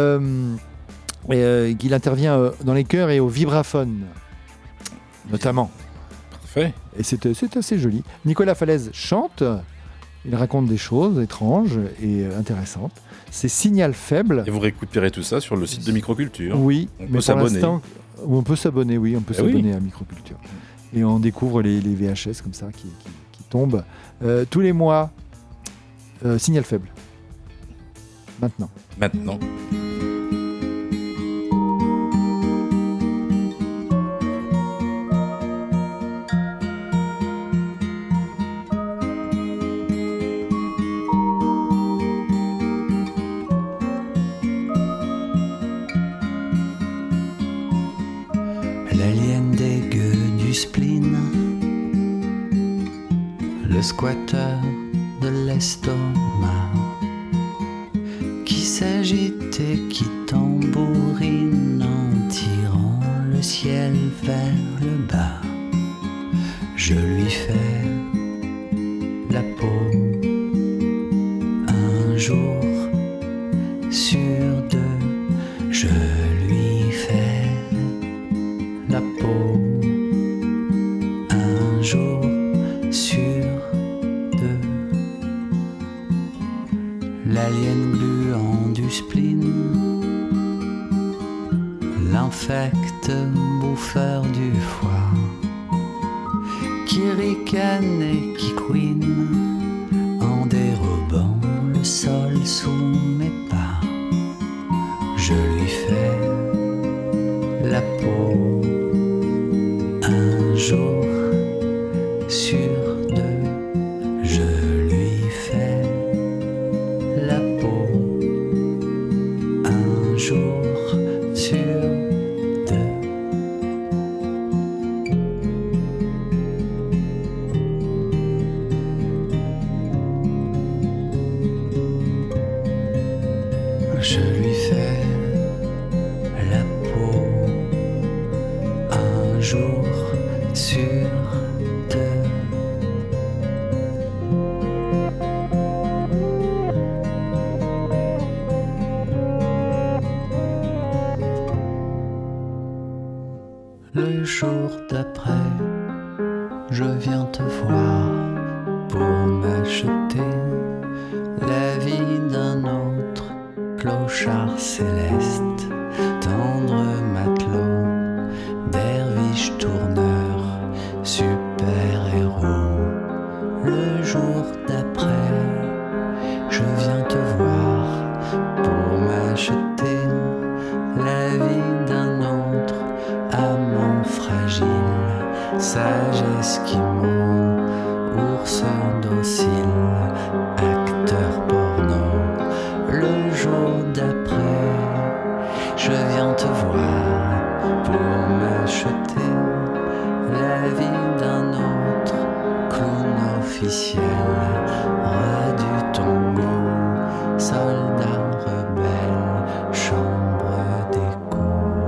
qu'il intervient dans les chœurs et au vibraphone, notamment. Parfait. Et c'est assez joli. Nicolas Falaise chante, il raconte des choses étranges et intéressantes. C'est Signal Faible. Et vous récupérez tout ça sur le site de Microculture. Oui, on peut s'abonner. On peut s'abonner, oui, on peut s'abonner à Microculture. Et on découvre les VHS comme ça qui tombent. Tous les mois, Signal Faible. Maintenant. L'alien dégueu du spleen, le squatteur de l'estomac, qui s'agite et qui tambourine en tirant le ciel vers le bas. Je lui fais la peau un jour sur 2, je lui fais la peau un jour sur 2. L'alien gluant du spleen, l'infect bouffeur du foie, qui ricane et qui couine en dérobant le sol sous mes pas. Je lui fais la peau un jour sur 2, je lui fais la peau un jour sur 2. Je lui fais la peau un jour sur 2. Le jour d'après, je viens te voir pour m'acheter la vie d'un autre clochard céleste, tendre matelot, derviche tourneur, super-héros. Le jour d'après, je viens te voir pour m'acheter la vie d'un autre amant fragile, sage esquimau, ours docile, acteur porno. Le jour d'après, je viens te voir pour m'acheter la vie d'un autre clown officiel, roi du Tongo, soldat rebelle, chambre d'écho.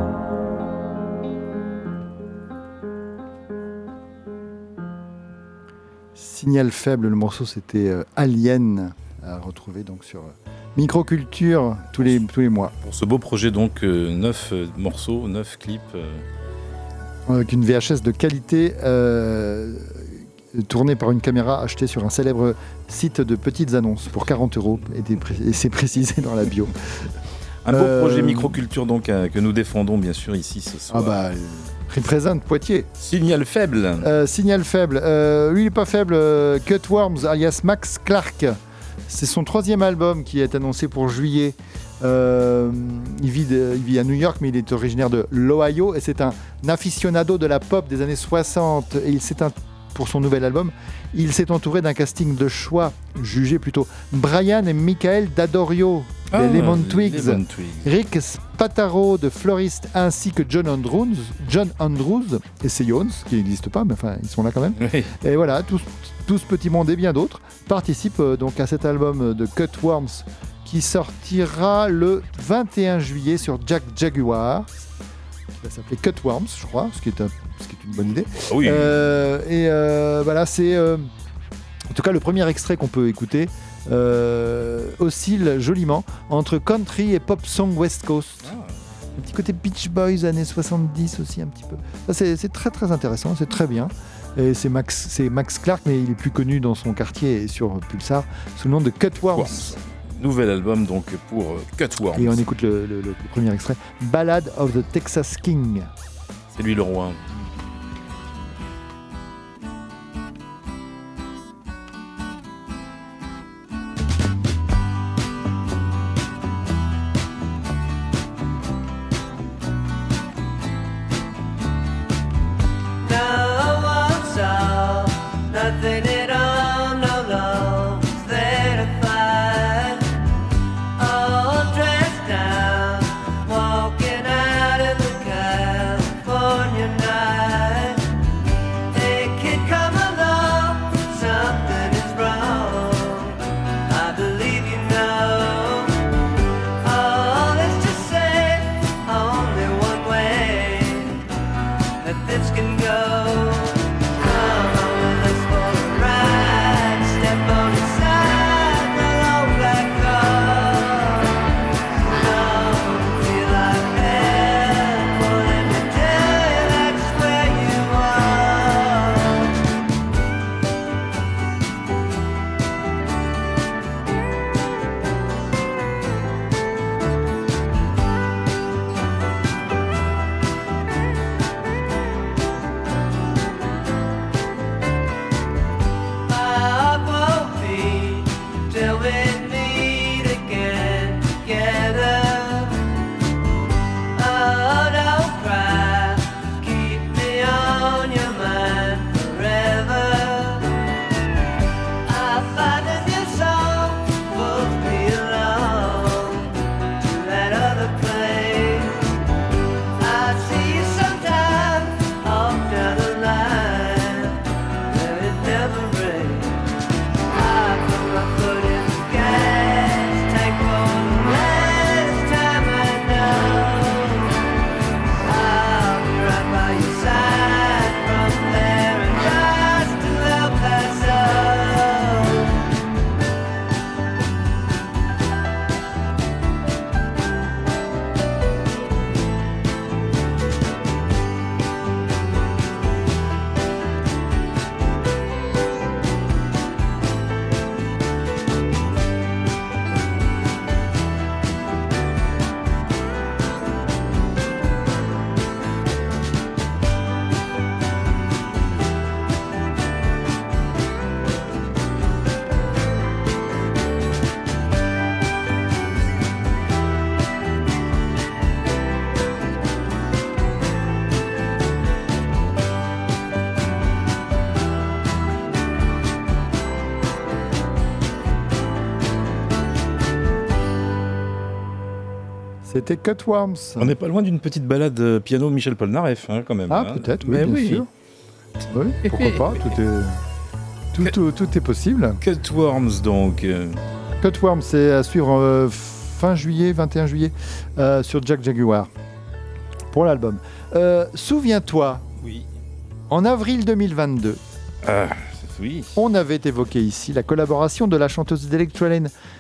Signal Faible, le morceau c'était Alien, à retrouver donc sur Microculture tous les mois. Pour ce beau projet donc, 9 morceaux, 9 clips. Avec une VHS de qualité tourné par une caméra achetée sur un célèbre site de petites annonces pour 40 €, et c'est précisé dans la bio. Un beau projet microculture donc que nous défendons bien sûr ici ce soir. Ah bah, représente Poitiers. Signal faible. Signal faible. Lui, il n'est pas faible. Cutworms, alias Max Clark. C'est son 3e album qui est annoncé pour juillet. Il vit à New York, mais il est originaire de l'Ohio et c'est un aficionado de la pop des années 60. Et pour son nouvel album, il s'est entouré d'un casting de choix jugé plutôt Brian et Michael D'Addorio des Lemon Twigs, Rick Spataro de Florist ainsi que John Andrews et Seance, qui n'existent pas, mais enfin ils sont là quand même. Oui. Et voilà, tout ce petit monde et bien d'autres participent donc à cet album de Cutworms qui sortira le 21 juillet sur Jack Jaguar, qui va s'appeler Cutworms, je crois, ce qui est une bonne idée. Oui. Voilà, c'est en tout cas le premier extrait qu'on peut écouter oscille joliment entre country et pop song West Coast. Un petit côté Beach Boys années 70 aussi un petit peu. Ça, c'est très très intéressant, c'est très bien. Et c'est Max Clark, mais il est plus connu dans son quartier et sur Pulsar sous le nom de Cutworms. Nouvel album donc pour Cutworms. Et on écoute le premier extrait, Ballad of the Texas King. C'est lui le roi. Nothing at all, no love's there to find. All dressed down, walking out in the California night. Hey kid, come along, something is wrong. I believe you know. Oh, let's just say only one way that this can go. C'était Cutworms. On n'est pas loin d'une petite balade piano Michel Polnareff, quand même. Ah, peut-être, oui, bien sûr. Oui, pourquoi pas, tout est possible. Cutworms, donc. Cutworms, c'est à suivre fin juillet, 21 juillet, sur Jack Jaguar, pour l'album. Souviens-toi, oui. En avril 2022, oui. on avait évoqué ici la collaboration de la chanteuse d'Electroline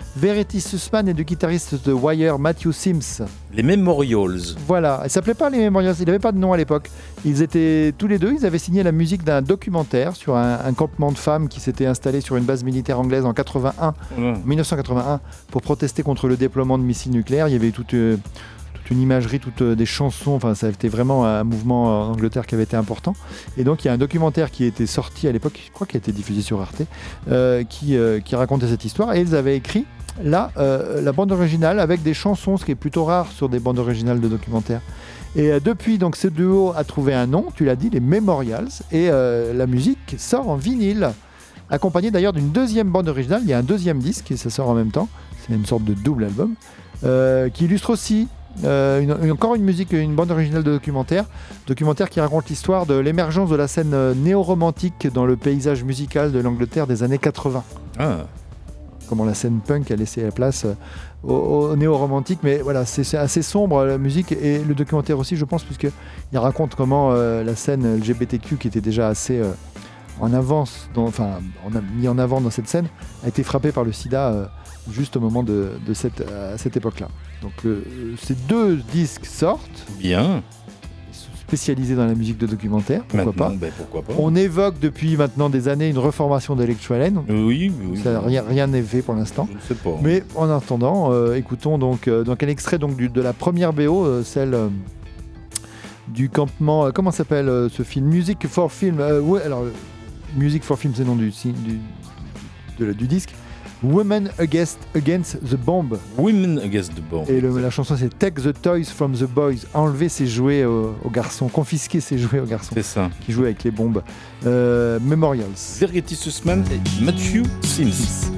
Verity Sussman et du guitariste de Wire Matthew Sims. Les Memorials. Voilà, il s'appelait pas les Memorials, il n'avait pas de nom à l'époque. Ils étaient tous les deux, ils avaient signé la musique d'un documentaire sur un campement de femmes qui s'était installé sur une base militaire anglaise en 1981 pour protester contre le déploiement de missiles nucléaires. Il y avait toute une imagerie, toutes des chansons, enfin ça a été vraiment un mouvement en Angleterre qui avait été important. Et donc il y a un documentaire qui était sorti à l'époque, je crois qu'il a été diffusé sur Arte, qui racontait cette histoire, et ils avaient écrit la bande originale avec des chansons, ce qui est plutôt rare sur des bandes originales de documentaires. Et depuis, donc, ce duo a trouvé un nom, tu l'as dit, les Memorials, et la musique sort en vinyle, accompagnée d'ailleurs d'une deuxième bande originale. Il y a un deuxième disque et ça sort en même temps, c'est une sorte de double album, qui illustre aussi encore une musique, une bande originale de documentaire qui raconte l'histoire de l'émergence de la scène néo-romantique dans le paysage musical de l'Angleterre des années 80. Comment la scène punk a laissé la place au néo-romantique, mais voilà, c'est assez sombre la musique, et le documentaire aussi, je pense, puisqu'il raconte comment la scène LGBTQ, qui était déjà assez en avance, on a mis en avant dans cette scène, a été frappée par le sida juste au moment de cette époque-là. Donc ces deux disques sortent. Bien. Spécialisés dans la musique de documentaire, pourquoi pas. On évoque depuis maintenant des années une reformation d'Electroalien. Oui. Rien n'est fait pour l'instant. Je ne sais pas. Mais en attendant, écoutons donc un extrait donc, de la première BO, celle du campement. Comment s'appelle ce film ? Music for Film. Music for Film, c'est le nom du disque. Women Against the Bomb. Women Against the Bomb. Et la chanson, c'est Take the Toys from the Boys. Enlever ses jouets aux garçons, confisquer ses jouets aux garçons. C'est ça. Qui jouaient avec les bombes. Memorials. Verity Sussman et Matthew Sims.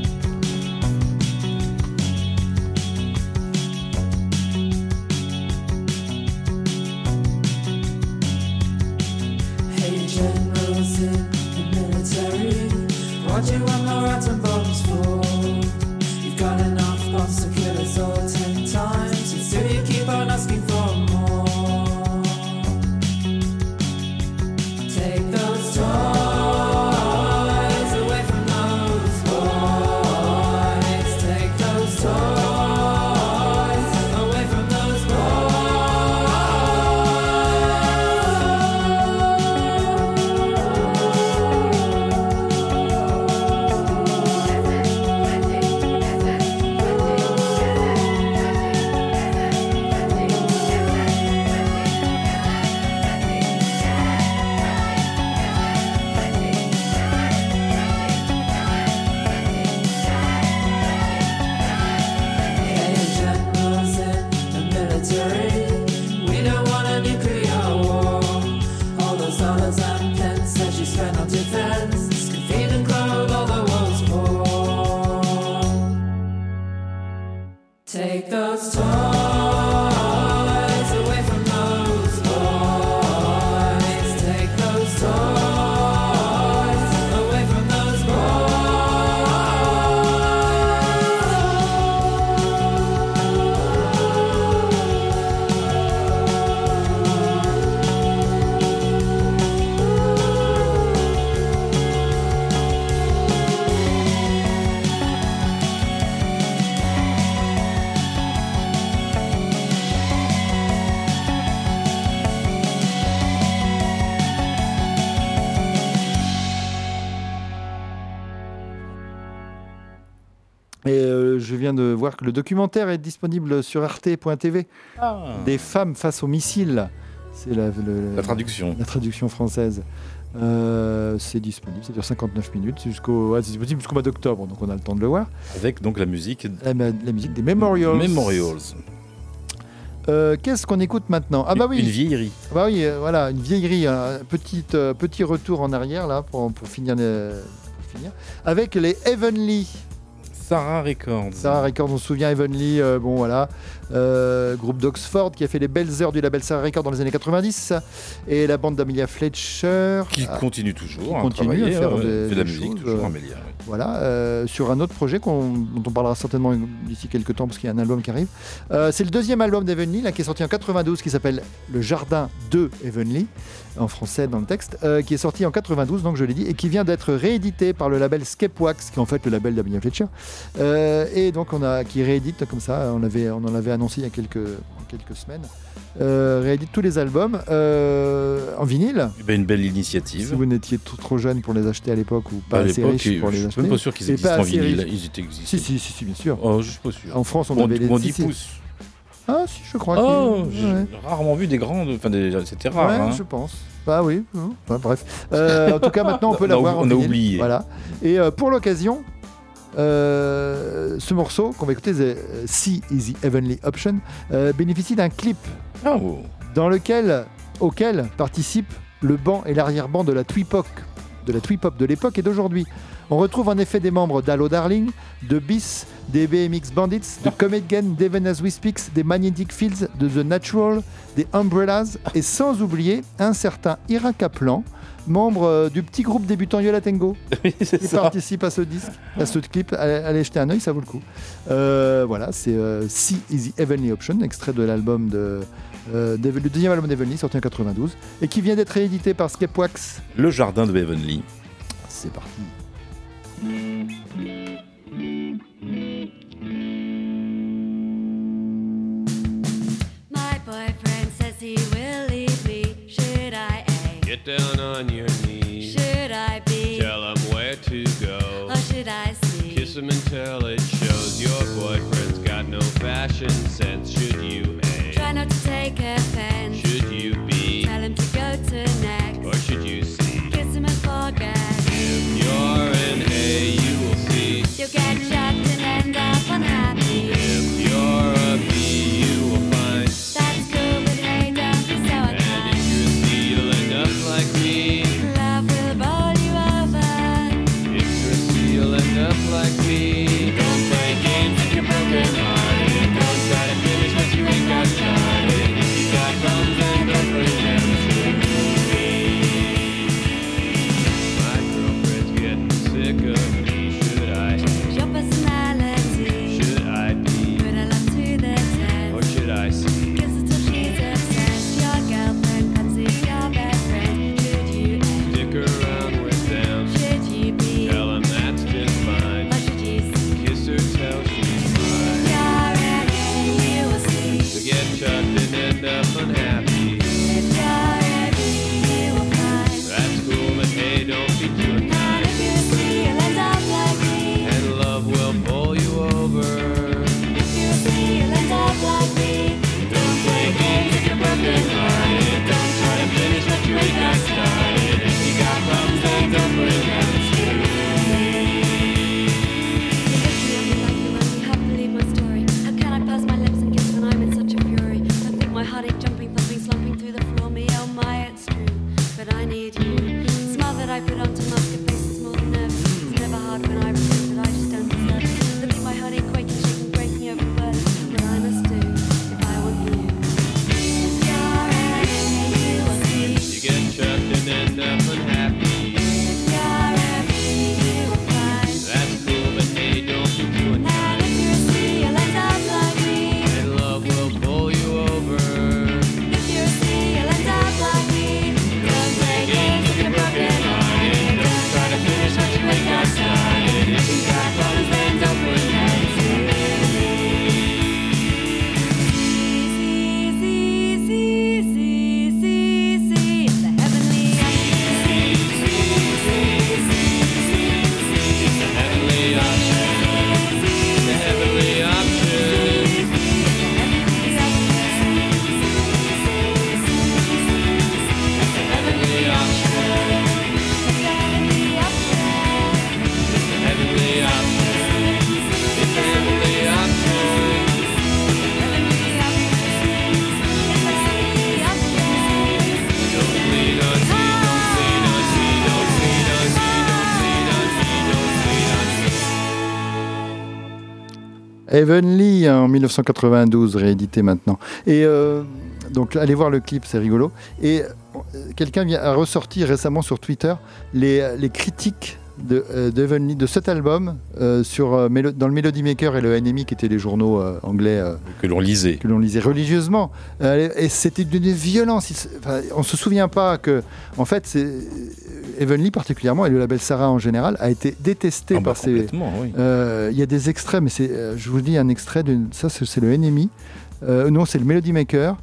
Hey, generals in the military, what do you want more atom bombs for? You've got enough bombs to kill us all 10 times, and still you keep on asking for more. Take those toys away from those boys. Take those toys away from those Take those toys away from those boys. Take those toys away from those Je viens de voir que le documentaire est disponible sur arte.tv. Des femmes face aux missiles. C'est la traduction. La traduction française. C'est disponible, ça dure 59 minutes. C'est disponible jusqu'au mois d'octobre, donc on a le temps de le voir. Avec donc la musique la musique des Memorials. Qu'est-ce qu'on écoute maintenant ? Ah bah oui. Une vieillerie. Ah bah oui, voilà, une vieillerie. Un petit retour en arrière là pour finir. Avec les Heavenly. Sarah Records, on se souvient, Heavenly, groupe d'Oxford qui a fait les belles heures du label Sarah Records dans les années 90, et la bande d'Amelia Fletcher qui continue toujours à faire de la musique, toujours Amelia. Voilà, sur un autre projet dont on parlera certainement d'ici quelques temps parce qu'il y a un album qui arrive. C'est le deuxième album d'Heavenly, là, qui est sorti en 92, qui s'appelle Le Jardin de Heavenly, en français dans le texte, qui est sorti en 92, donc je l'ai dit, et qui vient d'être réédité par le label Scapewax, qui est en fait le label d'Amelia Fletcher, et donc qui réédite comme ça, on en avait annoncé il y a quelques semaines. Réédite tous les albums en vinyle. Une belle initiative. Si vous n'étiez trop jeune pour les acheter à l'époque ou pas assez riche pour les acheter. Je suis même pas sûr qu'ils existent en vinyle. Ils étaient existés. Si, bien sûr. Oh, je suis pas sûr. En France, on avait les 10 pouces. Ah si, je crois. J'ai rarement vu des grandes. Enfin, c'était rare. Ouais, hein. je pense. Bah oui. Enfin, bref. En tout cas, maintenant, on peut l'avoir en vinyle. On a oublié. Voilà. Et pour l'occasion. Ce morceau qu'on va écouter, The Sea is the Heavenly Option, bénéficie d'un clip auquel participent le banc et l'arrière-banc de la twee-pop de l'époque et d'aujourd'hui. On retrouve en effet des membres d'Allo Darling, de Bis, des BMX Bandits, de Comet Gang, d'Even As We Speaks, des Magnetic Fields, de The Natural, des Umbrellas et sans oublier un certain Ira Kaplan, membre du petit groupe débutant Yo La Tengo, qui participe à ce disque, à ce clip. Allez jeter un œil, ça vaut le coup. Voilà, c'est Sea is the Heavenly Option, extrait de l'album le deuxième album d'Heavenly, sorti en 92, et qui vient d'être réédité par Scapewax. Le Jardin de Heavenly. C'est parti. My boyfriend says he will leave me. Should I A? Get down on your knees. Should I B? Tell him where to go. Or should I C? Kiss him until it shows your boyfriend's got no fashion sense. Should you A? Try not to take offense. Should you B? Tell him to go to next. Or should you C? Kiss him and forget. If you're an A, you will see. You'll get shocked and end up unhappy. If you're a B, you will find. That's cool, but hey, don't be so unkind. And if you're C, you'll end up like me. Love will bowl you over. If you're C, you'll end up like me. Don't play games if you're broken hearted. Don't try to finish what you ain't got started. If you got problems, then don't bring them to me. My girlfriend's getting sick of me. Should I? Change your personality. Should I be? Put a lot to the test. Or should I see? Kiss her till she's obsessed. Your girlfriend fancies your best friend. Should you A? Stick around with them. Should you B? Tell them that's just fine. Or should you C? Kiss her till she's mine. You're an A, you will see. To get chucked and end up unhappy. If you're a B, you will find. That's cool, but hey, don't be too And kind. if you C, you'll end up like me. And love will pull you over. If you C, you'll end up like me. Don't play games if you're broken hearted. Don't try to finish what you ain't got started. If you got problems, then don't bring them to me. You have to believe my story. How can I purse my lips and kiss when I'm in such a fury? I think my heartache jumping, thumping, slumping through the floor. Me, oh my, it's true. But I need you. The smile that I put on to mask a face that's more than nervous. It's never hard when I reflect that I just don't deserve it. Look at my heartache quaking, shaking, breaking over words. What I must do if I want you. If you're an A, you will see. You get chucked and end up unhappy. If you're a B, you will find. That's cool, but hey, don't be too And unkind. if you're a C, you'll end up like me. And love will pull you over. If you're a C, you'll end up like me. Don't play games if you're broken hearted. Don't try to finish what you ain't got started. If you got problems, then don't bring them to me. It's the heavenly Heavenly option. The heavenly option. Heavenly option. Heavenly option. It's the heavenly option. Don't lean on me, don't lean on me, don't lean on me, don't lean on me, don't lean on me. Heavenly en 1992, réédité maintenant. Et donc allez voir le clip, c'est rigolo. Et quelqu'un a ressorti récemment sur Twitter les critiques de cet album dans le Melody Maker et le NME, qui étaient les journaux anglais que l'on lisait religieusement. Et c'était d'une violence. On ne se souvient pas que, en fait, Heavenly particulièrement, et le label Sarah en général, a été détesté par ces... Oui. Il y a des extraits, mais je vous dis un extrait, ça c'est le NME. Non, c'est le Melody Maker.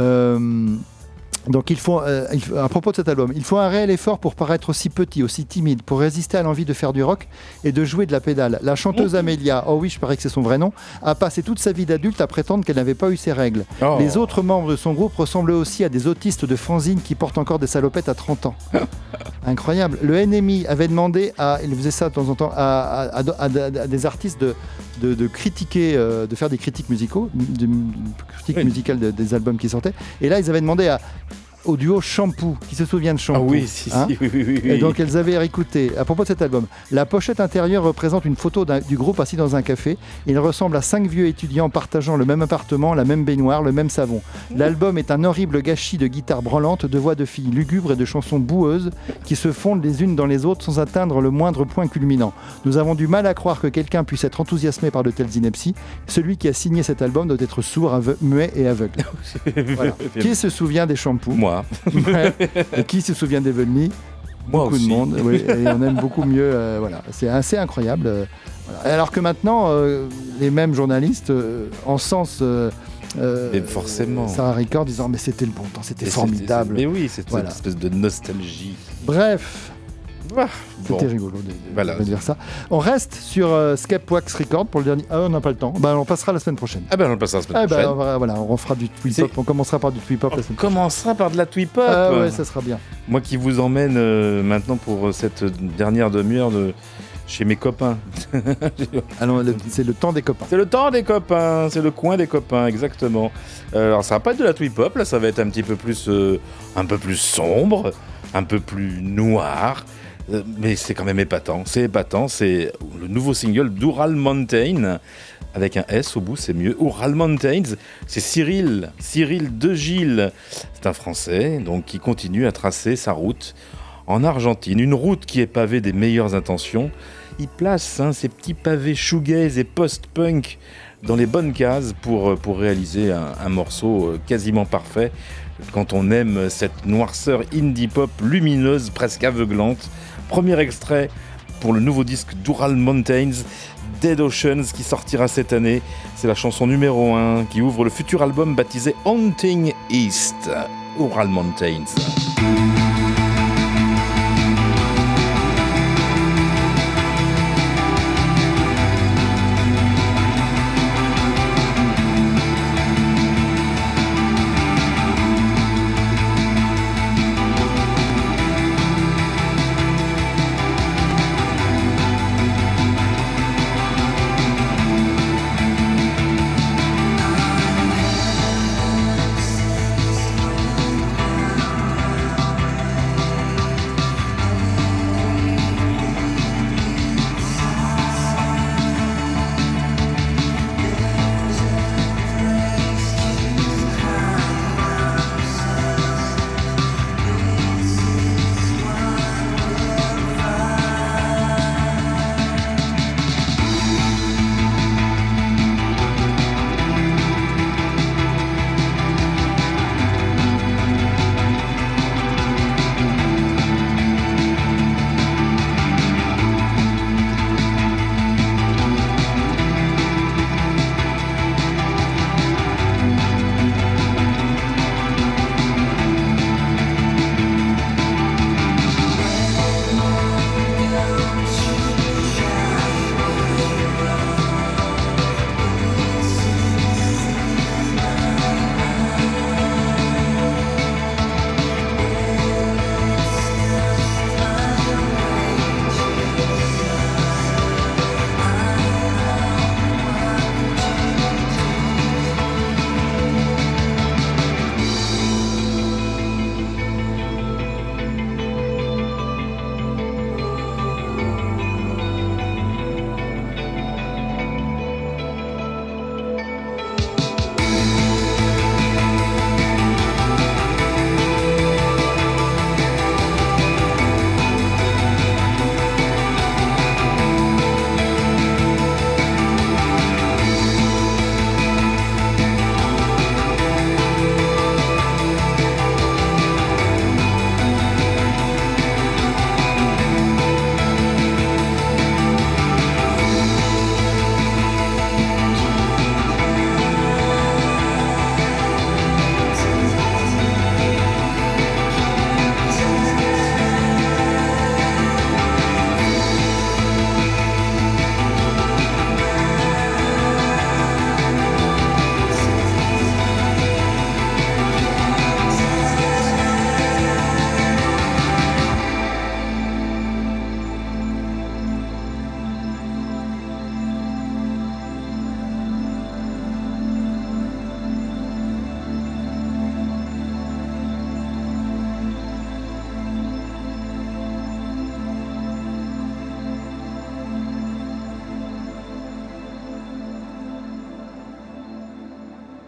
Donc à propos de cet album, il faut un réel effort pour paraître aussi petit, aussi timide, pour résister à l'envie de faire du rock et de jouer de la pédale. La chanteuse Amelia, oh oui, je parie que c'est son vrai nom, a passé toute sa vie d'adulte à prétendre qu'elle n'avait pas eu ses règles. Oh. Les autres membres de son groupe ressemblent aussi à des autistes de fanzine qui portent encore des salopettes à 30 ans. Incroyable. Le NME avait demandé il faisait ça de temps en temps, à des artistes de critiquer, de faire des critiques musicaux, musicales des albums qui sortaient. Et là, ils avaient demandé au duo Shampoo, qui se souvient de Shampoo. Ah oui, si, oui. Et donc elles avaient écouté, à propos de cet album, la pochette intérieure représente une photo du groupe assis dans un café. Il ressemble à 5 vieux étudiants partageant le même appartement, la même baignoire, le même savon. L'album est un horrible gâchis de guitares branlantes, de voix de filles lugubres et de chansons boueuses qui se fondent les unes dans les autres sans atteindre le moindre point culminant. Nous avons du mal à croire que quelqu'un puisse être enthousiasmé par de telles inepties. Celui qui a signé cet album doit être sourd, muet et aveugle. Voilà. Qui se souvient des Shampoos ? Moi. Et qui se souvient d'Heavenly ? Moi beaucoup aussi. de monde, oui, et on aime beaucoup mieux. Voilà. C'est assez incroyable. Voilà. Alors que maintenant, les mêmes journalistes encensent mais forcément. Sarah Record, disant mais c'était le bon temps, c'était formidable. Mais oui, c'est cette espèce de nostalgie. Bref. C'était Bon. rigolo de dire ça. On reste sur Skep Wax Record pour le dernier. Ah, on n'a pas le temps. On passera la semaine prochaine. On le passera la semaine prochaine. On fera du tweet pop. On commencera par du tweet pop la semaine prochaine. On commencera par de la tweet pop. Ouais, ça sera bien. Moi qui vous emmène maintenant pour cette dernière demi-heure chez mes copains. Alors, c'est le temps des copains. C'est le temps des copains, c'est le coin des copains, exactement. Alors ça va pas être de la tweet pop, là ça va être un petit peu plus sombre, un peu plus noir. Mais c'est quand même épatant, c'est le nouveau single d'Ural Mountain, avec un S au bout, c'est mieux. Ural Mountains, c'est Cyril De Gilles, c'est un Français donc qui continue à tracer sa route en Argentine, une route qui est pavée des meilleures intentions. Il place ces petits pavés shoegaze et post-punk dans les bonnes cases pour réaliser un morceau quasiment parfait quand on aime cette noirceur indie pop lumineuse, presque aveuglante. Premier extrait pour le nouveau disque d'Ural Mountains, Dead Oceans, qui sortira cette année. C'est la chanson numéro 1 qui ouvre le futur album baptisé Haunting East, Ural Mountains.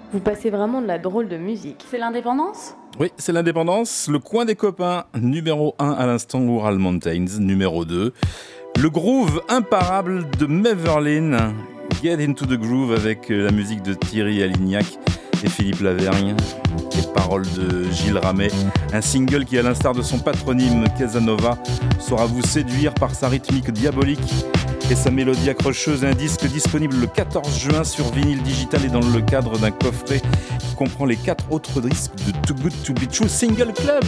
Vous passez vraiment de la drôle de musique. C'est l'indépendance ? Oui, c'est l'indépendance. Le coin des copains, numéro 1 à l'instant, Ural Mountains, numéro 2. Le groove imparable de Meverlin, Get Into the Groove avec la musique de Thierry Alignac et Philippe Lavergne, les paroles de Gilles Ramet. Un single qui, à l'instar de son patronyme Casanova, saura vous séduire par sa rythmique diabolique et sa mélodie accrocheuse. Un disque disponible le 14 juin sur vinyle digital et dans le cadre d'un coffret qui comprend les 4 autres disques de Too Good To Be True Single Club.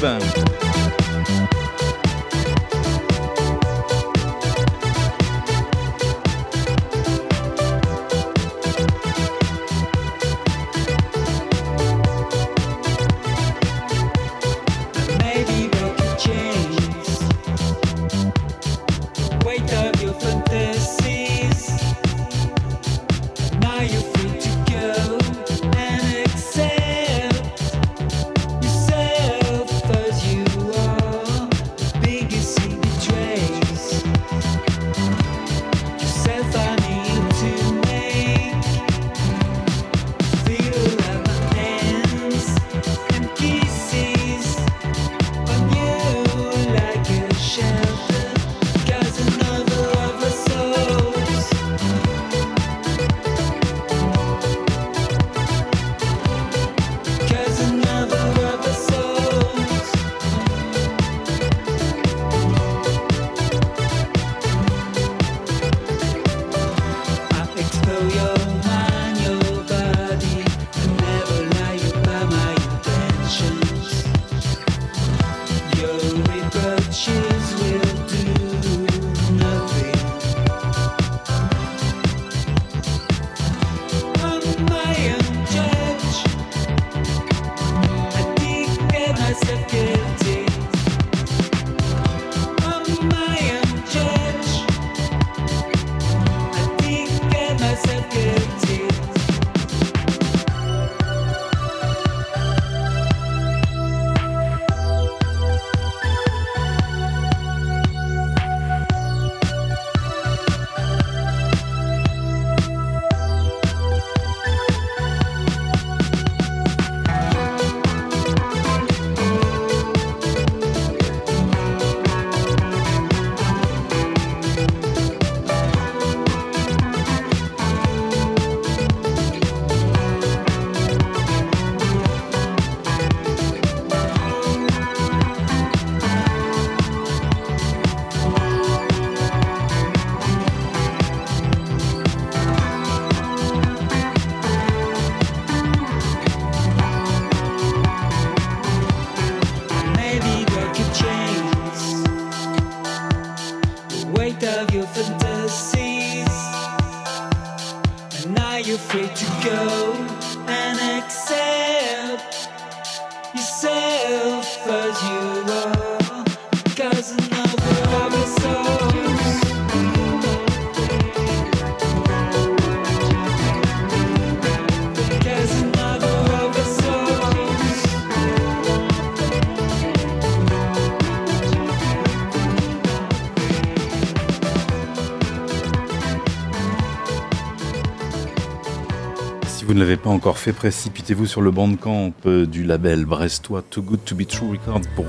Vous ne l'avez pas encore fait, précipitez-vous sur le bandcamp du label brestois Too Good To Be True Records pour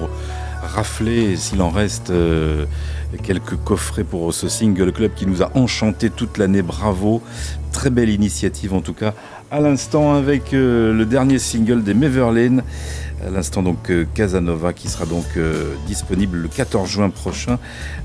rafler, s'il en reste, quelques coffrets pour ce single club qui nous a enchanté toute l'année. Bravo, très belle initiative en tout cas. À l'instant avec le dernier single des Meverlin, à l'instant donc Casanova, qui sera donc disponible le 14 juin prochain.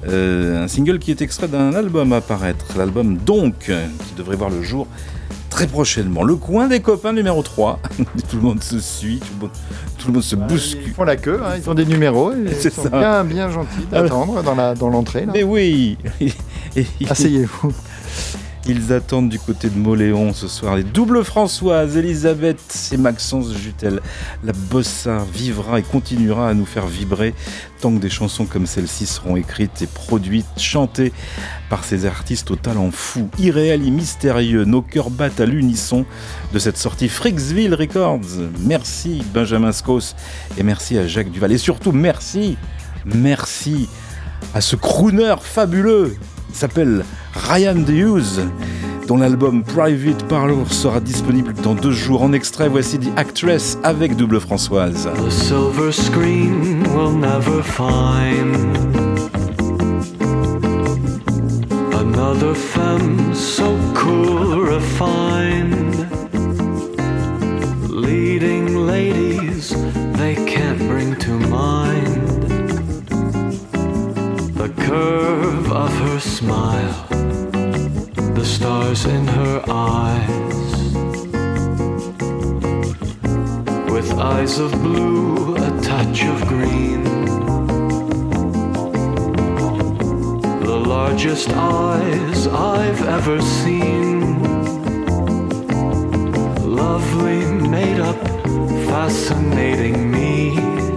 Un single qui est extrait d'un album à paraître, l'album donc, qui devrait voir le jour très prochainement. Le coin des copains numéro 3. Tout le monde se suit, tout le monde se bouscule. Ils font la queue, hein, ils ont des numéros. Ils sont bien gentils d'attendre dans l'entrée. Là. Mais oui. Asseyez-vous. Ils attendent du côté de Moléon ce soir. Les doubles Françoises, Elisabeth et Maxence Jutel. La bossa vivra et continuera à nous faire vibrer tant que des chansons comme celle-ci seront écrites et produites, chantées par ces artistes au talent fou, irréel et mystérieux. Nos cœurs battent à l'unisson de cette sortie Freaksville Records. Merci Benjamin Scos et merci à Jacques Duval. Et surtout merci à ce crooner fabuleux. Il s'appelle Ryan Hughes. dont l'album Private Parlour sera disponible dans 2 jours. En extrait, voici The Actress avec Double Françoise. The silver screen will never find another femme so cool, refined, leading ladies they can't bring to mind the curve of her smile, the stars in her eyes, with eyes of blue, a touch of green, the largest eyes I've ever seen, lovely, made up, fascinating me.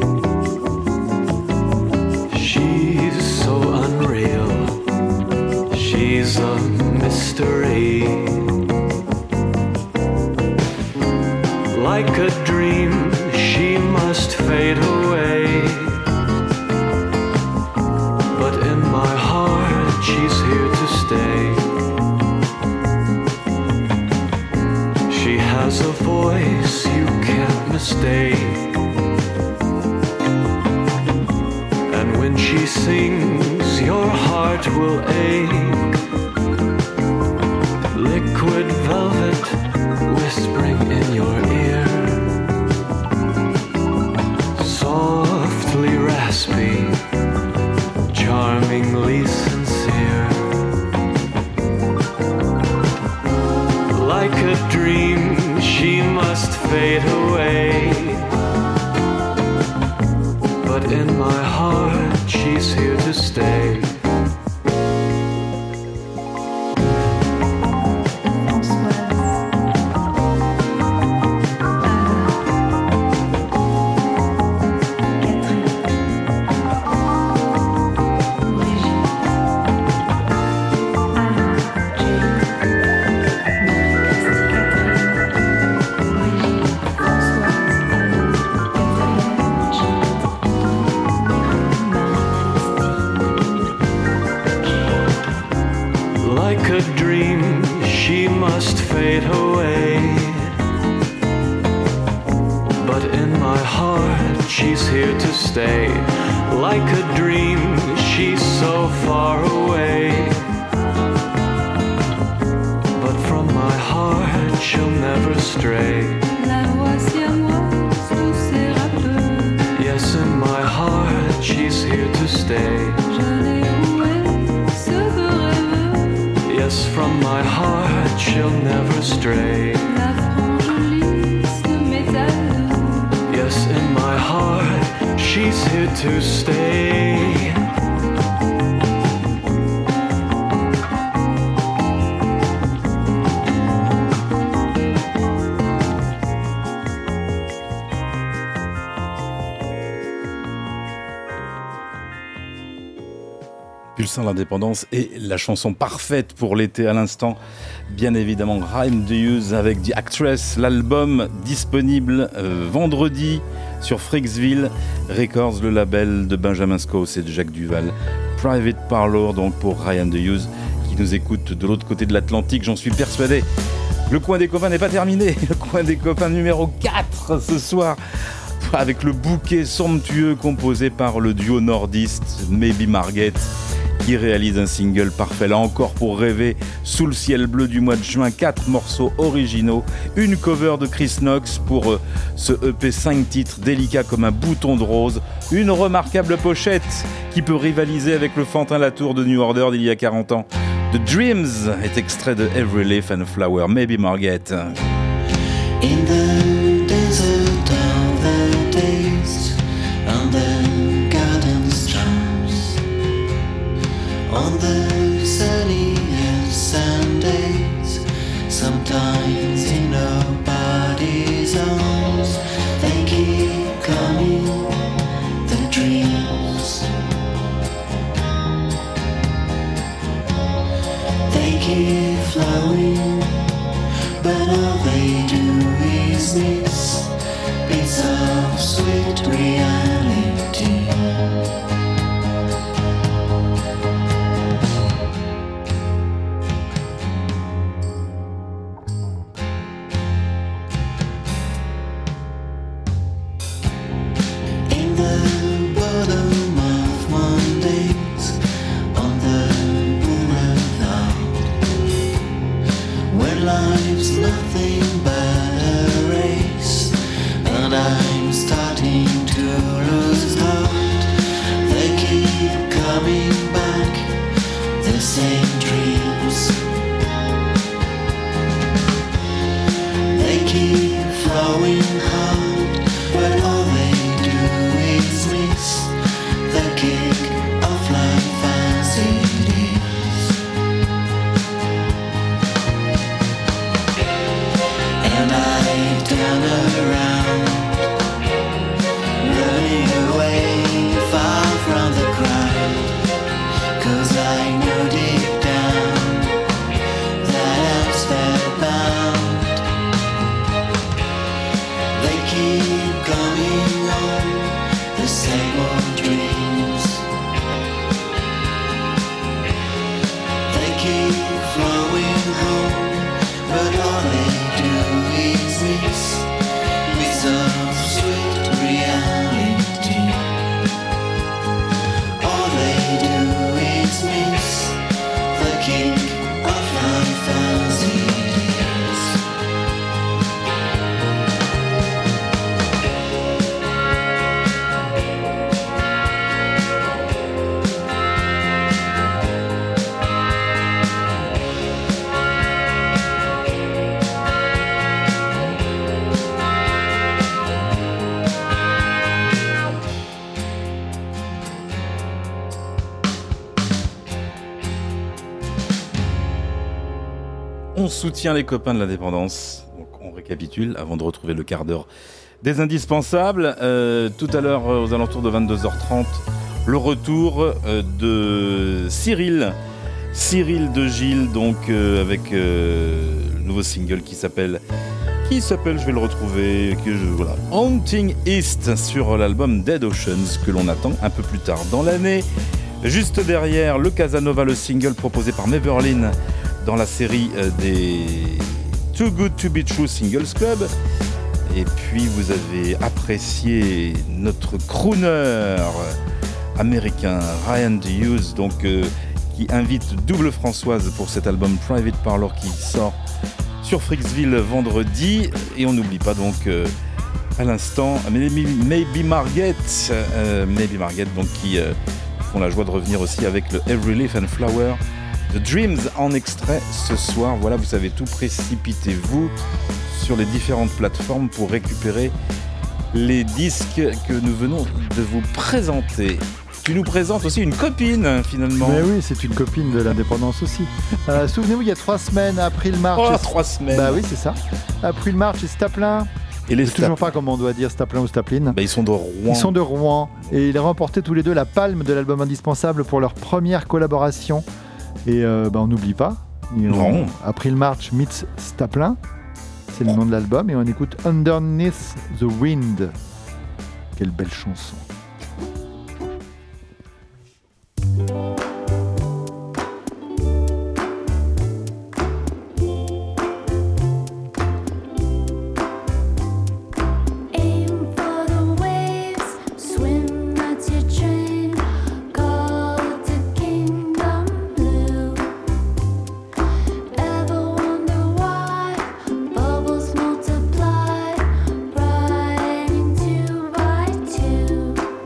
She's so unreal, she's a mystery. Like a dream, she must fade away, but in my heart she's here to stay. She has a voice you can't mistake, and when she sings your heart will ache. Liquid velvet whispering in your ear, softly raspy, charmingly sincere. Like a dream, she must fade away, but in my heart she's here to stay. Pulsar l'indépendance et la chanson parfaite pour l'été à l'instant, bien évidemment Ryan Hughes avec The Actress, l'album disponible vendredi sur Freaksville Records, le label de Benjamin Scouse et de Jacques Duval. Private Parlour donc pour Ryan Hughes qui nous écoute de l'autre côté de l'Atlantique, j'en suis persuadé. Le coin des copains n'est pas terminé, le coin des copains numéro 4 ce soir, avec le bouquet somptueux composé par le duo nordiste Maybe Margate, qui réalise un single parfait là encore pour rêver sous le ciel bleu du mois de juin. 4 morceaux originaux, une cover de Chris Knox pour ce EP 5 titres délicat comme un bouton de rose, une remarquable pochette qui peut rivaliser avec le Fantin Latour de New Order d'il y a 40 ans. The Dreams est extrait de Every Leaf and Flower, Maybe Margate. In the desert of the days, on the garden stripes, on the sunniest Sundays, sometimes in nobody's arms, they keep coming, the dreams. They keep flowing, but all they do is miss bits of sweet reality. turn around, running away far from the crowd. 'Cause I know deep down that I'm spellbound. They keep coming on, the same old dreams. They keep flowing home, but all they do is miss of sweet reality. All they do is miss the kick of 9,000 years. On soutient les copains de l'indépendance. Donc on récapitule avant de retrouver le quart d'heure des indispensables. Tout à l'heure, aux alentours de 22h30, le retour de Cyril de Gilles, donc avec le nouveau single qui s'appelle, je vais le retrouver, voilà, Haunting East, sur l'album Dead Oceans, que l'on attend un peu plus tard dans l'année. Juste derrière, le Casanova, le single proposé par Maverlyn dans la série des Too Good To Be True Singles Club. Et puis vous avez apprécié notre crooner américain Ryan Hughes, donc qui invite Double Françoise pour cet album Private Parlour qui sort sur Freaksville vendredi. Et on n'oublie pas donc à l'instant Maybe Margaret, donc qui font la joie de revenir aussi avec le Every Leaf and Flower The Dreams en extrait ce soir. Voilà, vous savez tout, précipitez-vous sur les différentes plateformes pour récupérer les disques que nous venons de vous présenter. Tu nous présentes aussi une copine, finalement. Mais oui, c'est une copine de l'indépendance aussi. Souvenez-vous, il y a 3 semaines, April March. Oh, 3 semaines. Bah oui, c'est ça. April March et Staplin. Et les toujours pas comment on doit dire Staplin ou Stapline. Bah, ils sont de Rouen. Ils sont de Rouen. Et ils remportaient tous les deux la palme de l'album indispensable pour leur première collaboration. Et on n'oublie pas. Non. April March meets Staplin. C'est le nom de l'album. Et on écoute Underneath the Wind. Quelle belle chanson. Multiply, bright into by two.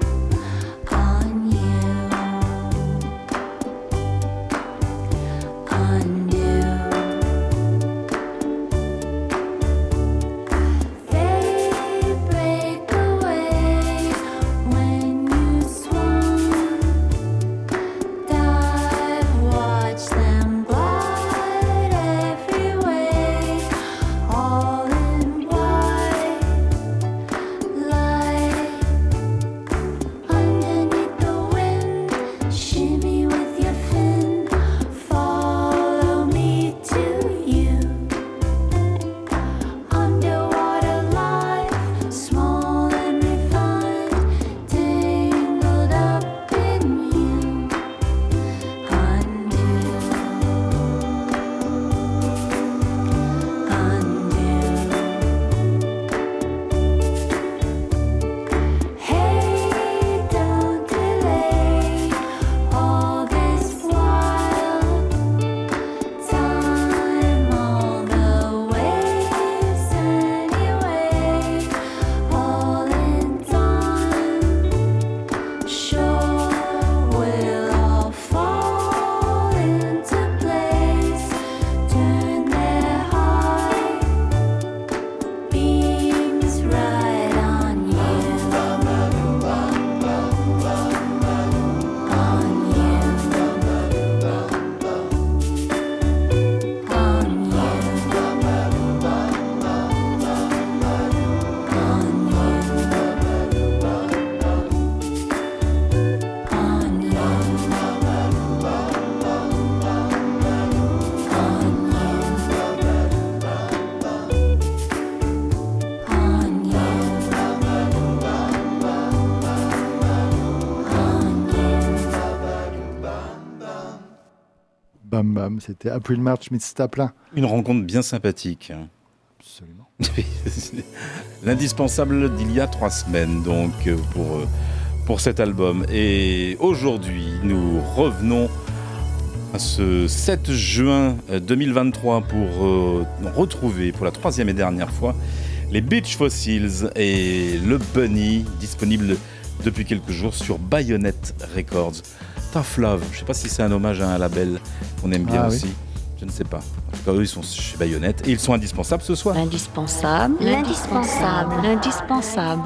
Bam Bam, c'était April March mit Staplin. Une rencontre bien sympathique. Absolument. L'indispensable d'il y a 3 semaines, donc, pour cet album. Et aujourd'hui, nous revenons à ce 7 juin 2023 pour retrouver pour la 3e et dernière fois les Beach Fossils et le Bunny, disponible depuis quelques jours sur Bayonet Records. Tough Love, je ne sais pas si c'est un hommage à un label qu'on aime bien aussi. Oui. Je ne sais pas. En tout cas, eux, ils sont chez Bayonet et ils sont indispensables ce soir. L'indispensable, l'indispensable, l'indispensable.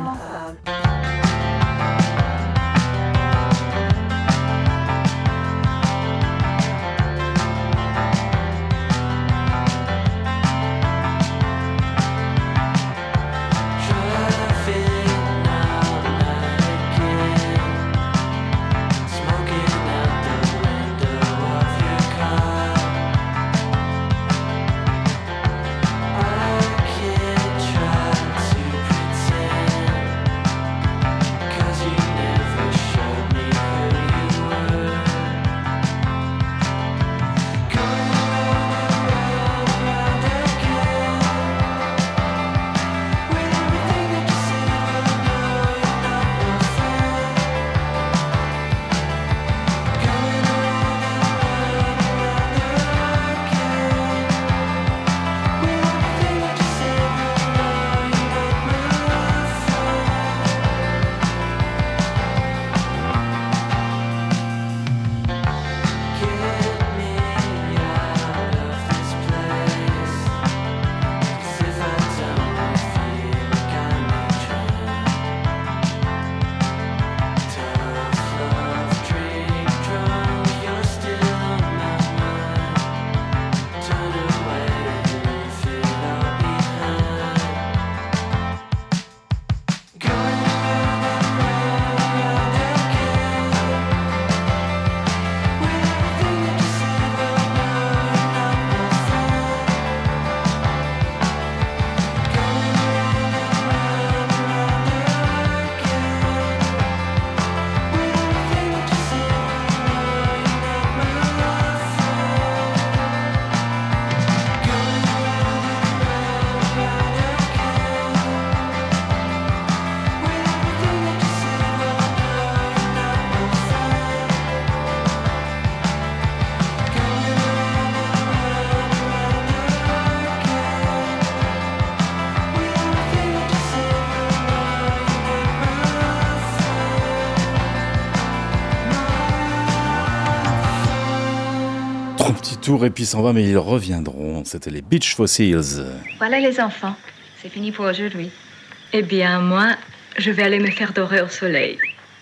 Tour et puis s'en va, mais ils reviendront. C'était les Beach Fossils. Voilà les enfants, c'est fini pour aujourd'hui. Eh bien, moi, je vais aller me faire dorer au soleil.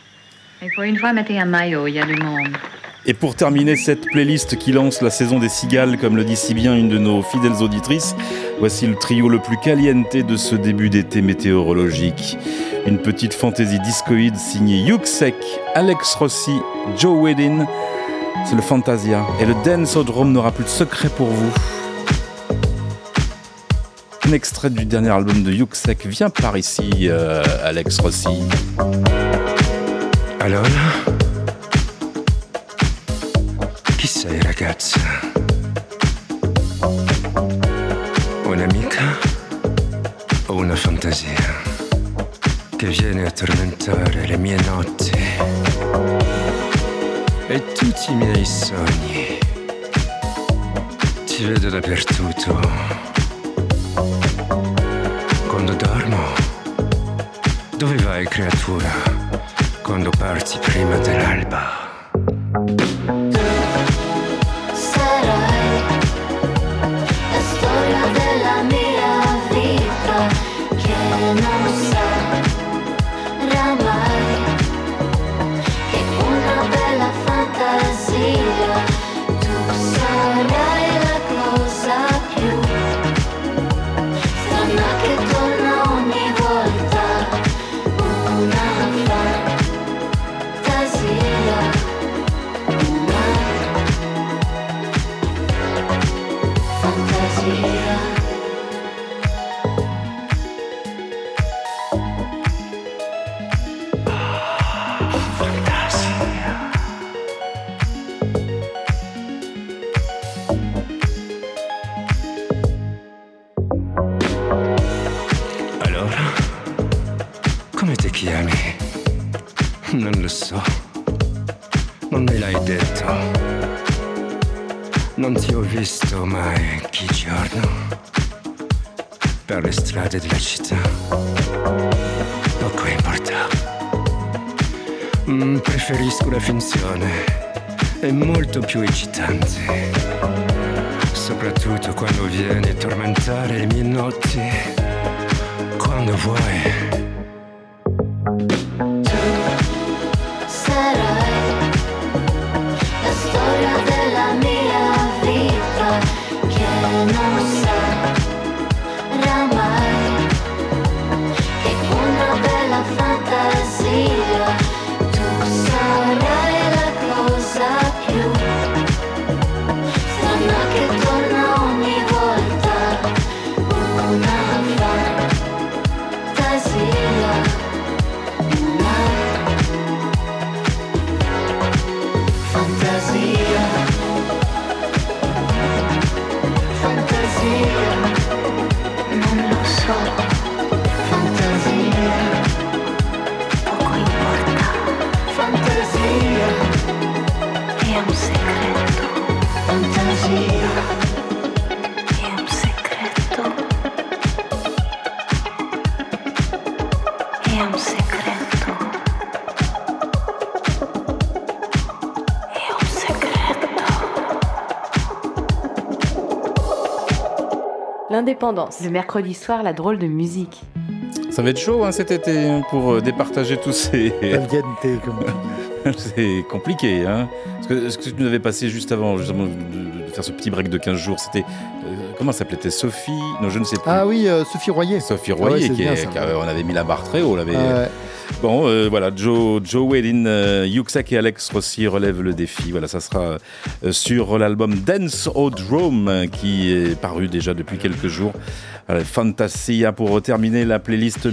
Et pour une fois, mettez un maillot, il y a du monde. Et pour terminer cette playlist qui lance la saison des cigales, comme le dit si bien une de nos fidèles auditrices, voici le trio le plus caliente de ce début d'été météorologique. Une petite fantaisie discoïde signée Yuxek, Alex Rossi, Joe Wedin. C'est le Fantasia. Et le Dancodrome n'aura plus de secret pour vous. Un extrait du dernier album de Yuxek. Viens par ici, Alex Rossi. Allora? Chi sei, ragazza? Un'amica o una fantasia che viene a tormentare le mie notti e tutti i miei sogni? Ti vedo dappertutto. Quando dormo, dove vai, creatura? Quando parti prima dell'alba? Sarai la storia della mia vita che non sarà mai che una bella fantasia. Tu sarai la cosa più strana che torna ogni volta, una fantasia, una come ti chiami? Non lo so, non me l'hai detto. Non ti ho visto mai che giorno per le strade della città. Poco importa. Preferisco la finzione, è molto più eccitante. Soprattutto quando vieni a tormentare le mie notti. Quando vuoi. Sarai la storia della mia vita che non sarà mai che una bella fantasia. Tu sarai la cosa più strana che torna ogni volta. Una fantasia. Fantasia, non lo so, fantasia, poco importa, fantasia, è un segreto, fantasia, è un segreto, è un segreto. L'indépendance. Le mercredi soir, la drôle de musique. Ça va être chaud hein, cet été hein, pour départager tous ces... C'est compliqué. Hein, parce que ce que tu nous avais passé juste avant justement, de faire ce petit break de 15 jours, c'était... comment ça s'appelait? Sophie? Non, je ne sais plus. Ah oui, Sophie Royer. Sophie Royer, on avait mis la barre très haut. On avait, bon, voilà, Joe Wedin, Yuxek et Alex Rossi relèvent le défi. Voilà, ça sera sur l'album Dance Drome qui est paru déjà depuis quelques jours. Voilà, Fantasia pour terminer la playlist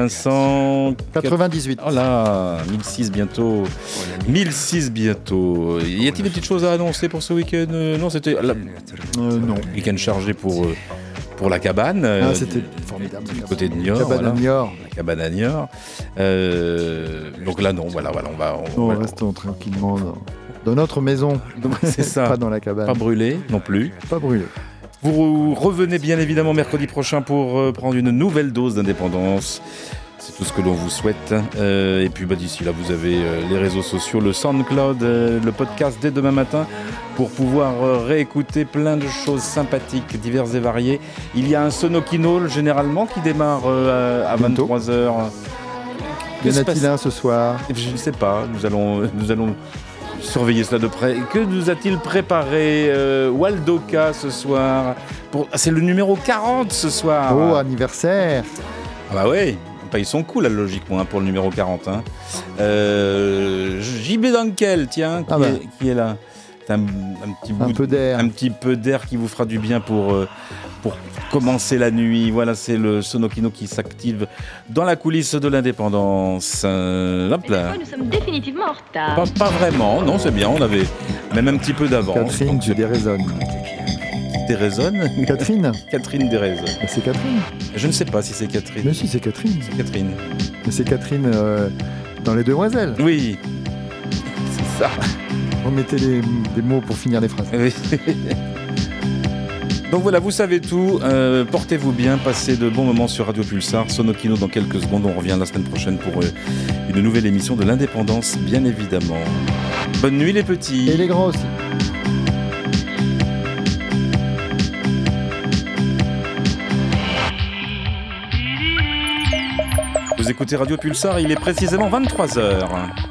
1598. Oh là, 1006 bientôt. 1006 bientôt. Y a-t-il des petites choses à annoncer pour ce week-end? Non, c'était non. Week-end chargé pour la cabane. C'était formidable. Du côté de Niort. Cabane à Niort. La cabane à Niort. Donc là, non, voilà, on restons tranquillement dans notre maison. C'est ça. Pas dans la cabane. Pas brûlé non plus. Pas brûlé. Vous revenez bien évidemment mercredi prochain pour prendre une nouvelle dose d'indépendance. C'est tout ce que l'on vous souhaite. Et puis d'ici là, vous avez les réseaux sociaux, le SoundCloud, le podcast dès demain matin pour pouvoir réécouter plein de choses sympathiques, diverses et variées. Il y a un Sonokino généralement qui démarre à 23h. Y en a-t-il un ce soir? Je ne sais pas. Nous allons surveiller cela de près. Que nous a-t-il préparé Waldoka ce soir? C'est le numéro 40 ce soir. Oh, anniversaire. Ah bah ouais. Ils sont cool là, logiquement, hein, pour le numéro 40. Hein. JB Dunkel, tiens, qui est là. C'est un petit peu d'air qui vous fera du bien pour commencer la nuit. Voilà, c'est le Sonokino qui s'active dans la coulisse de l'indépendance. Hop là. Nous sommes définitivement en retard. Pas vraiment, non, c'est bien. On avait même un petit peu d'avance. Catherine, tu déraisonnes. Catherine Déraisonne. C'est Catherine. Je ne sais pas si c'est Catherine. Mais si, c'est Catherine. C'est Catherine. Mais c'est Catherine dans Les Demoiselles. Oui, c'est ça. On mettait des mots pour finir les phrases. Oui. Donc voilà, vous savez tout. Portez-vous bien, passez de bons moments sur Radio Pulsar. Sonokino dans quelques secondes. On revient la semaine prochaine pour une nouvelle émission de l'indépendance, bien évidemment. Bonne nuit les petits. Et les grands aussi. Vous écoutez Radio Pulsar, il est précisément 23h.